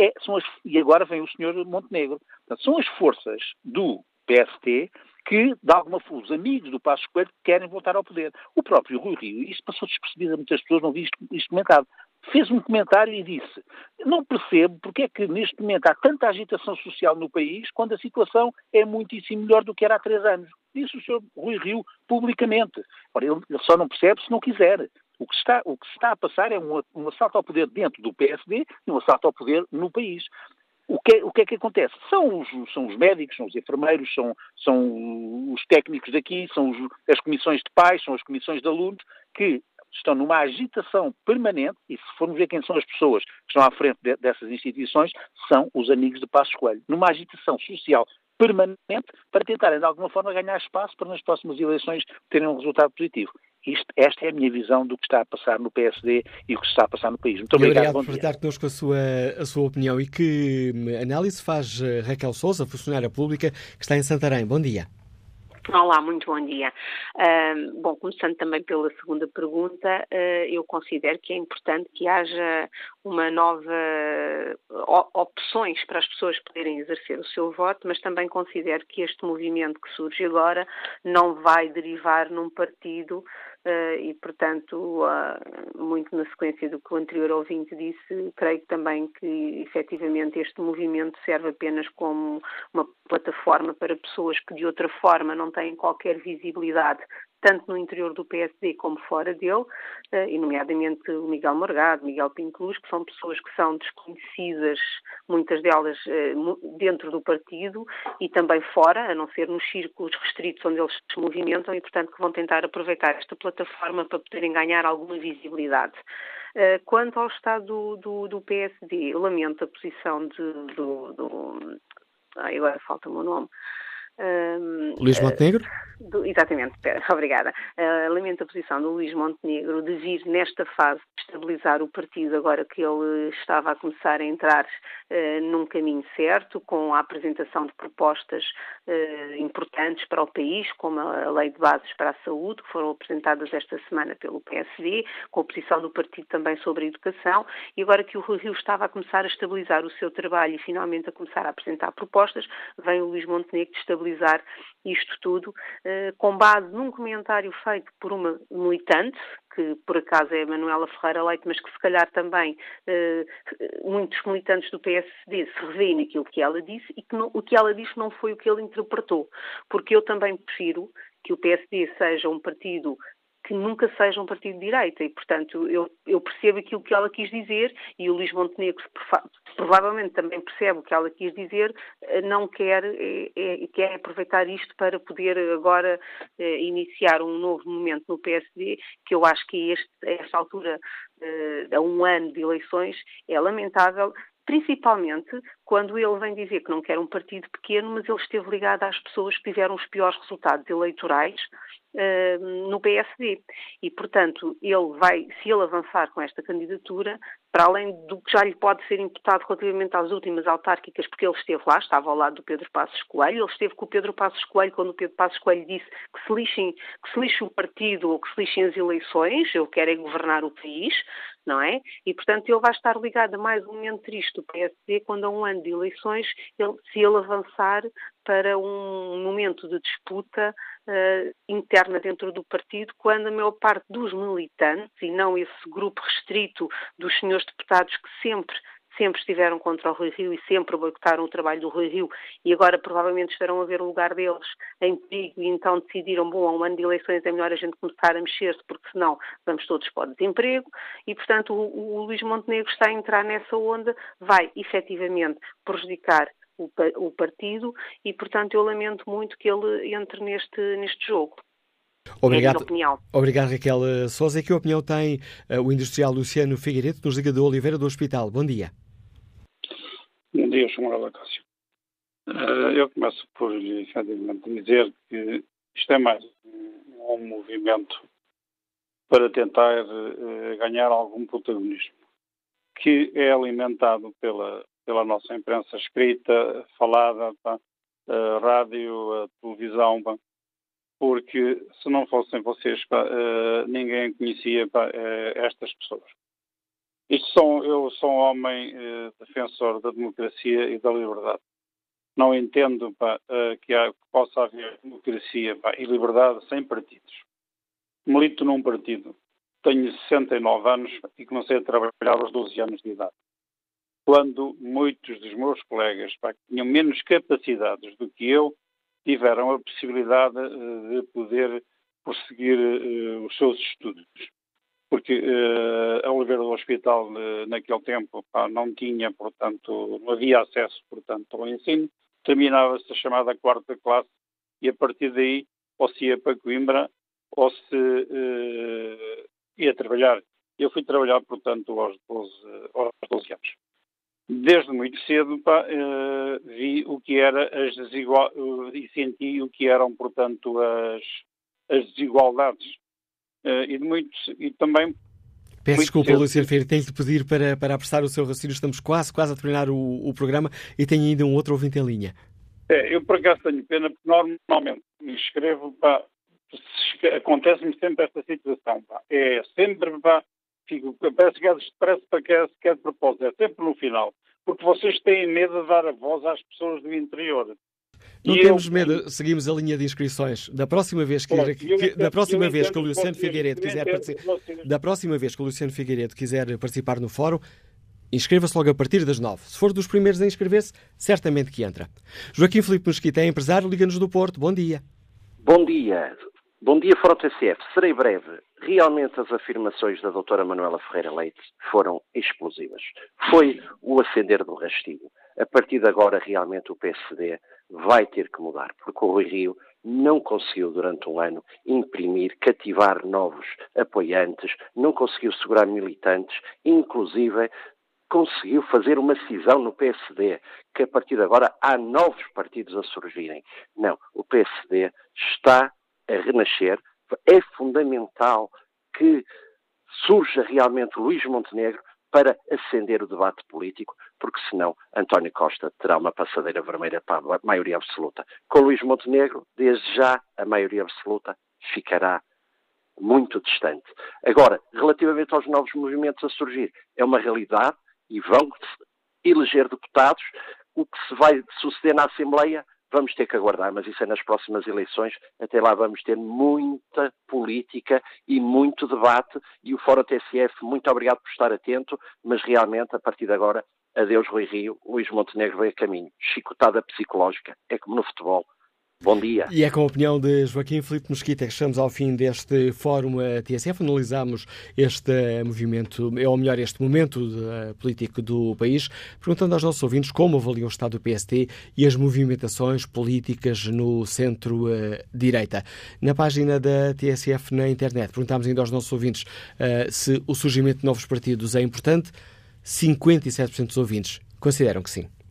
E agora vem o Sr. Montenegro. Portanto, são as forças do PST que, de alguma forma, os amigos do Passos Coelho querem voltar ao poder. O próprio Rui Rio, e isto passou despercebido a muitas pessoas, não vi isto comentado, fez um comentário e disse: não percebo porque é que neste momento há tanta agitação social no país quando a situação é muitíssimo melhor do que era há 3 anos. Disse o Sr. Rui Rio publicamente. Ora, ele só não percebe se não quiser. O que se está a passar é um assalto ao poder dentro do PSD e um assalto ao poder no país. O que é que acontece? São os médicos, são os enfermeiros, são os técnicos daqui, são as comissões de pais, são as comissões de alunos que estão numa agitação permanente, e se formos ver quem são as pessoas que estão à frente dessas instituições, são os amigos de Passos Coelho. Numa agitação social permanente para tentarem, de alguma forma, ganhar espaço para nas próximas eleições terem um resultado positivo. Esta é a minha visão do que está a passar no PSD e o que está a passar no país. Muito obrigado por partilhar connosco a sua opinião. E que análise faz Raquel Sousa, funcionária pública, que está em Santarém? Bom dia. Olá, muito bom dia. Bom, começando também pela segunda pergunta, eu considero que é importante que haja uma nova opções para as pessoas poderem exercer o seu voto, mas também considero que este movimento que surge agora não vai derivar num partido e, portanto, muito na sequência do que o anterior ouvinte disse, creio também que, efetivamente, este movimento serve apenas como uma plataforma para pessoas que, de outra forma, não têm qualquer visibilidade, tanto no interior do PSD como fora dele, e nomeadamente o Miguel Morgado, Miguel Pinto Luz, que são pessoas que são desconhecidas, muitas delas dentro do partido e também fora, a não ser nos círculos restritos onde eles se movimentam e, portanto, que vão tentar aproveitar esta plataforma para poderem ganhar alguma visibilidade. Quanto ao estado do PSD, eu lamento a posição agora falta-me o nome. Luís Montenegro? Exatamente, obrigada. Lamento a posição do Luís Montenegro de vir nesta fase estabilizar o partido agora que ele estava a começar a entrar num caminho certo, com a apresentação de propostas importantes para o país, como a Lei de Bases para a Saúde, que foram apresentadas esta semana pelo PSD, com a posição do partido também sobre a educação, e agora que o Rui Rio estava a começar a estabilizar o seu trabalho e finalmente a começar a apresentar propostas, vem o Luís Montenegro estabilizar isto tudo, com base num comentário feito por uma militante, que por acaso é a Manuela Ferreira Leite, mas que se calhar também muitos militantes do PSD se revêem naquilo que ela disse e que o que ela disse não foi o que ele interpretou, porque eu também prefiro que o PSD seja um partido que nunca seja um partido de direita e, portanto, eu percebo aquilo que ela quis dizer e o Luís Montenegro provavelmente também percebe o que ela quis dizer, não quer aproveitar isto para poder agora iniciar um novo momento no PSD, que eu acho que a esta altura, a 1 ano de eleições, é lamentável principalmente quando ele vem dizer que não quer um partido pequeno, mas ele esteve ligado às pessoas que tiveram os piores resultados eleitorais no PSD. E, portanto, se ele avançar com esta candidatura, para além do que já lhe pode ser imputado relativamente às últimas autárquicas, porque ele estava ao lado do Pedro Passos Coelho, ele esteve com o Pedro Passos Coelho quando o Pedro Passos Coelho disse que se lixe o partido ou que se lixem as eleições, eu quero é governar o país, não é? E, portanto, ele vai estar ligado a mais um momento triste do PSD quando, a um ano de eleições, se ele avançar para um momento de disputa interna dentro do partido, quando a maior parte dos militantes, e não esse grupo restrito dos senhores deputados que sempre estiveram contra o Rui Rio e sempre boicotaram o trabalho do Rui Rio e agora provavelmente estarão a ver o lugar deles em perigo e então decidiram, a um ano de eleições é melhor a gente começar a mexer-se porque senão vamos todos para o desemprego e, portanto, o Luís Montenegro está a entrar nessa onda, vai efetivamente prejudicar o partido e, portanto, eu lamento muito que ele entre neste jogo. Obrigado, Raquel Sousa. E que opinião tem o industrial Luciano Figueiredo, que nos liga de Oliveira do Hospital? Bom dia. Bom dia, Sr. Manuel Acácio. Eu começo por, efetivamente, dizer que isto é mais um movimento para tentar ganhar algum protagonismo, que é alimentado pela nossa imprensa escrita, falada, rádio, televisão, porque se não fossem vocês, ninguém conhecia estas pessoas. Eu sou um homem defensor da democracia e da liberdade. Não entendo que possa haver democracia e liberdade sem partidos. Milito num partido. Tenho 69 anos e comecei a trabalhar aos 12 anos de idade. Quando muitos dos meus colegas que tinham menos capacidades do que eu tiveram a possibilidade de poder prosseguir os seus estudos. Porque a Oliveira do Hospital, naquele tempo, não tinha, portanto, não havia acesso, portanto, ao ensino. Terminava-se a chamada quarta classe e, a partir daí, ou se ia para Coimbra ou se ia trabalhar. Eu fui trabalhar, portanto, aos 12 anos. Desde muito cedo vi o que era e senti o que eram, portanto, as desigualdades. E também... Peço desculpa, Luciano Figueiredo, tenho de pedir para apressar o seu raciocínio. Estamos quase a terminar o programa e tenho ainda um outro ouvinte em linha. Eu, por acaso, tenho pena, porque normalmente me inscrevo, acontece-me sempre esta situação. É sempre... Parece que é de propósito, é sempre no final, porque vocês têm medo de dar a voz às pessoas do interior. Não temos medo, seguimos a linha de inscrições. Da próxima vez que o Luciano Figueiredo quiser participar no fórum, inscreva-se logo a partir das 9. Se for dos primeiros a inscrever-se, certamente que entra. Joaquim Filipe Mesquita é empresário, liga-nos do Porto. Bom dia. Bom dia. Bom dia, Fórum TSF. Serei breve. Realmente as afirmações da doutora Manuela Ferreira Leite foram explosivas. Foi o acender do rastilho. A partir de agora, realmente, o PSD vai ter que mudar, porque o Rui Rio não conseguiu, durante um ano, imprimir, cativar novos apoiantes, não conseguiu segurar militantes, inclusive conseguiu fazer uma cisão no PSD, que a partir de agora há novos partidos a surgirem. Não, o PSD está a renascer. É fundamental que surja realmente Luís Montenegro para acender o debate político, porque senão António Costa terá uma passadeira vermelha para a maioria absoluta. Com Luís Montenegro, desde já, a maioria absoluta ficará muito distante. Agora, relativamente aos novos movimentos a surgir, é uma realidade e vão eleger deputados. O que se vai suceder na Assembleia, vamos ter que aguardar, mas isso é nas próximas eleições. Até lá vamos ter muita política e muito debate. E o Fórum TSF, muito obrigado por estar atento, mas realmente, a partir de agora, adeus Rui Rio, Luís Montenegro veio a caminho. Chicotada psicológica, é como no futebol. Bom dia. E é com a opinião de Joaquim Filipe Mesquita que chegamos ao fim deste Fórum TSF. Analisamos este movimento, ou melhor, este momento político do país, perguntando aos nossos ouvintes como avaliam o estado do PSD e as movimentações políticas no centro-direita. Na página da TSF na internet, perguntámos ainda aos nossos ouvintes se o surgimento de novos partidos é importante. 57% dos ouvintes Consideram que sim.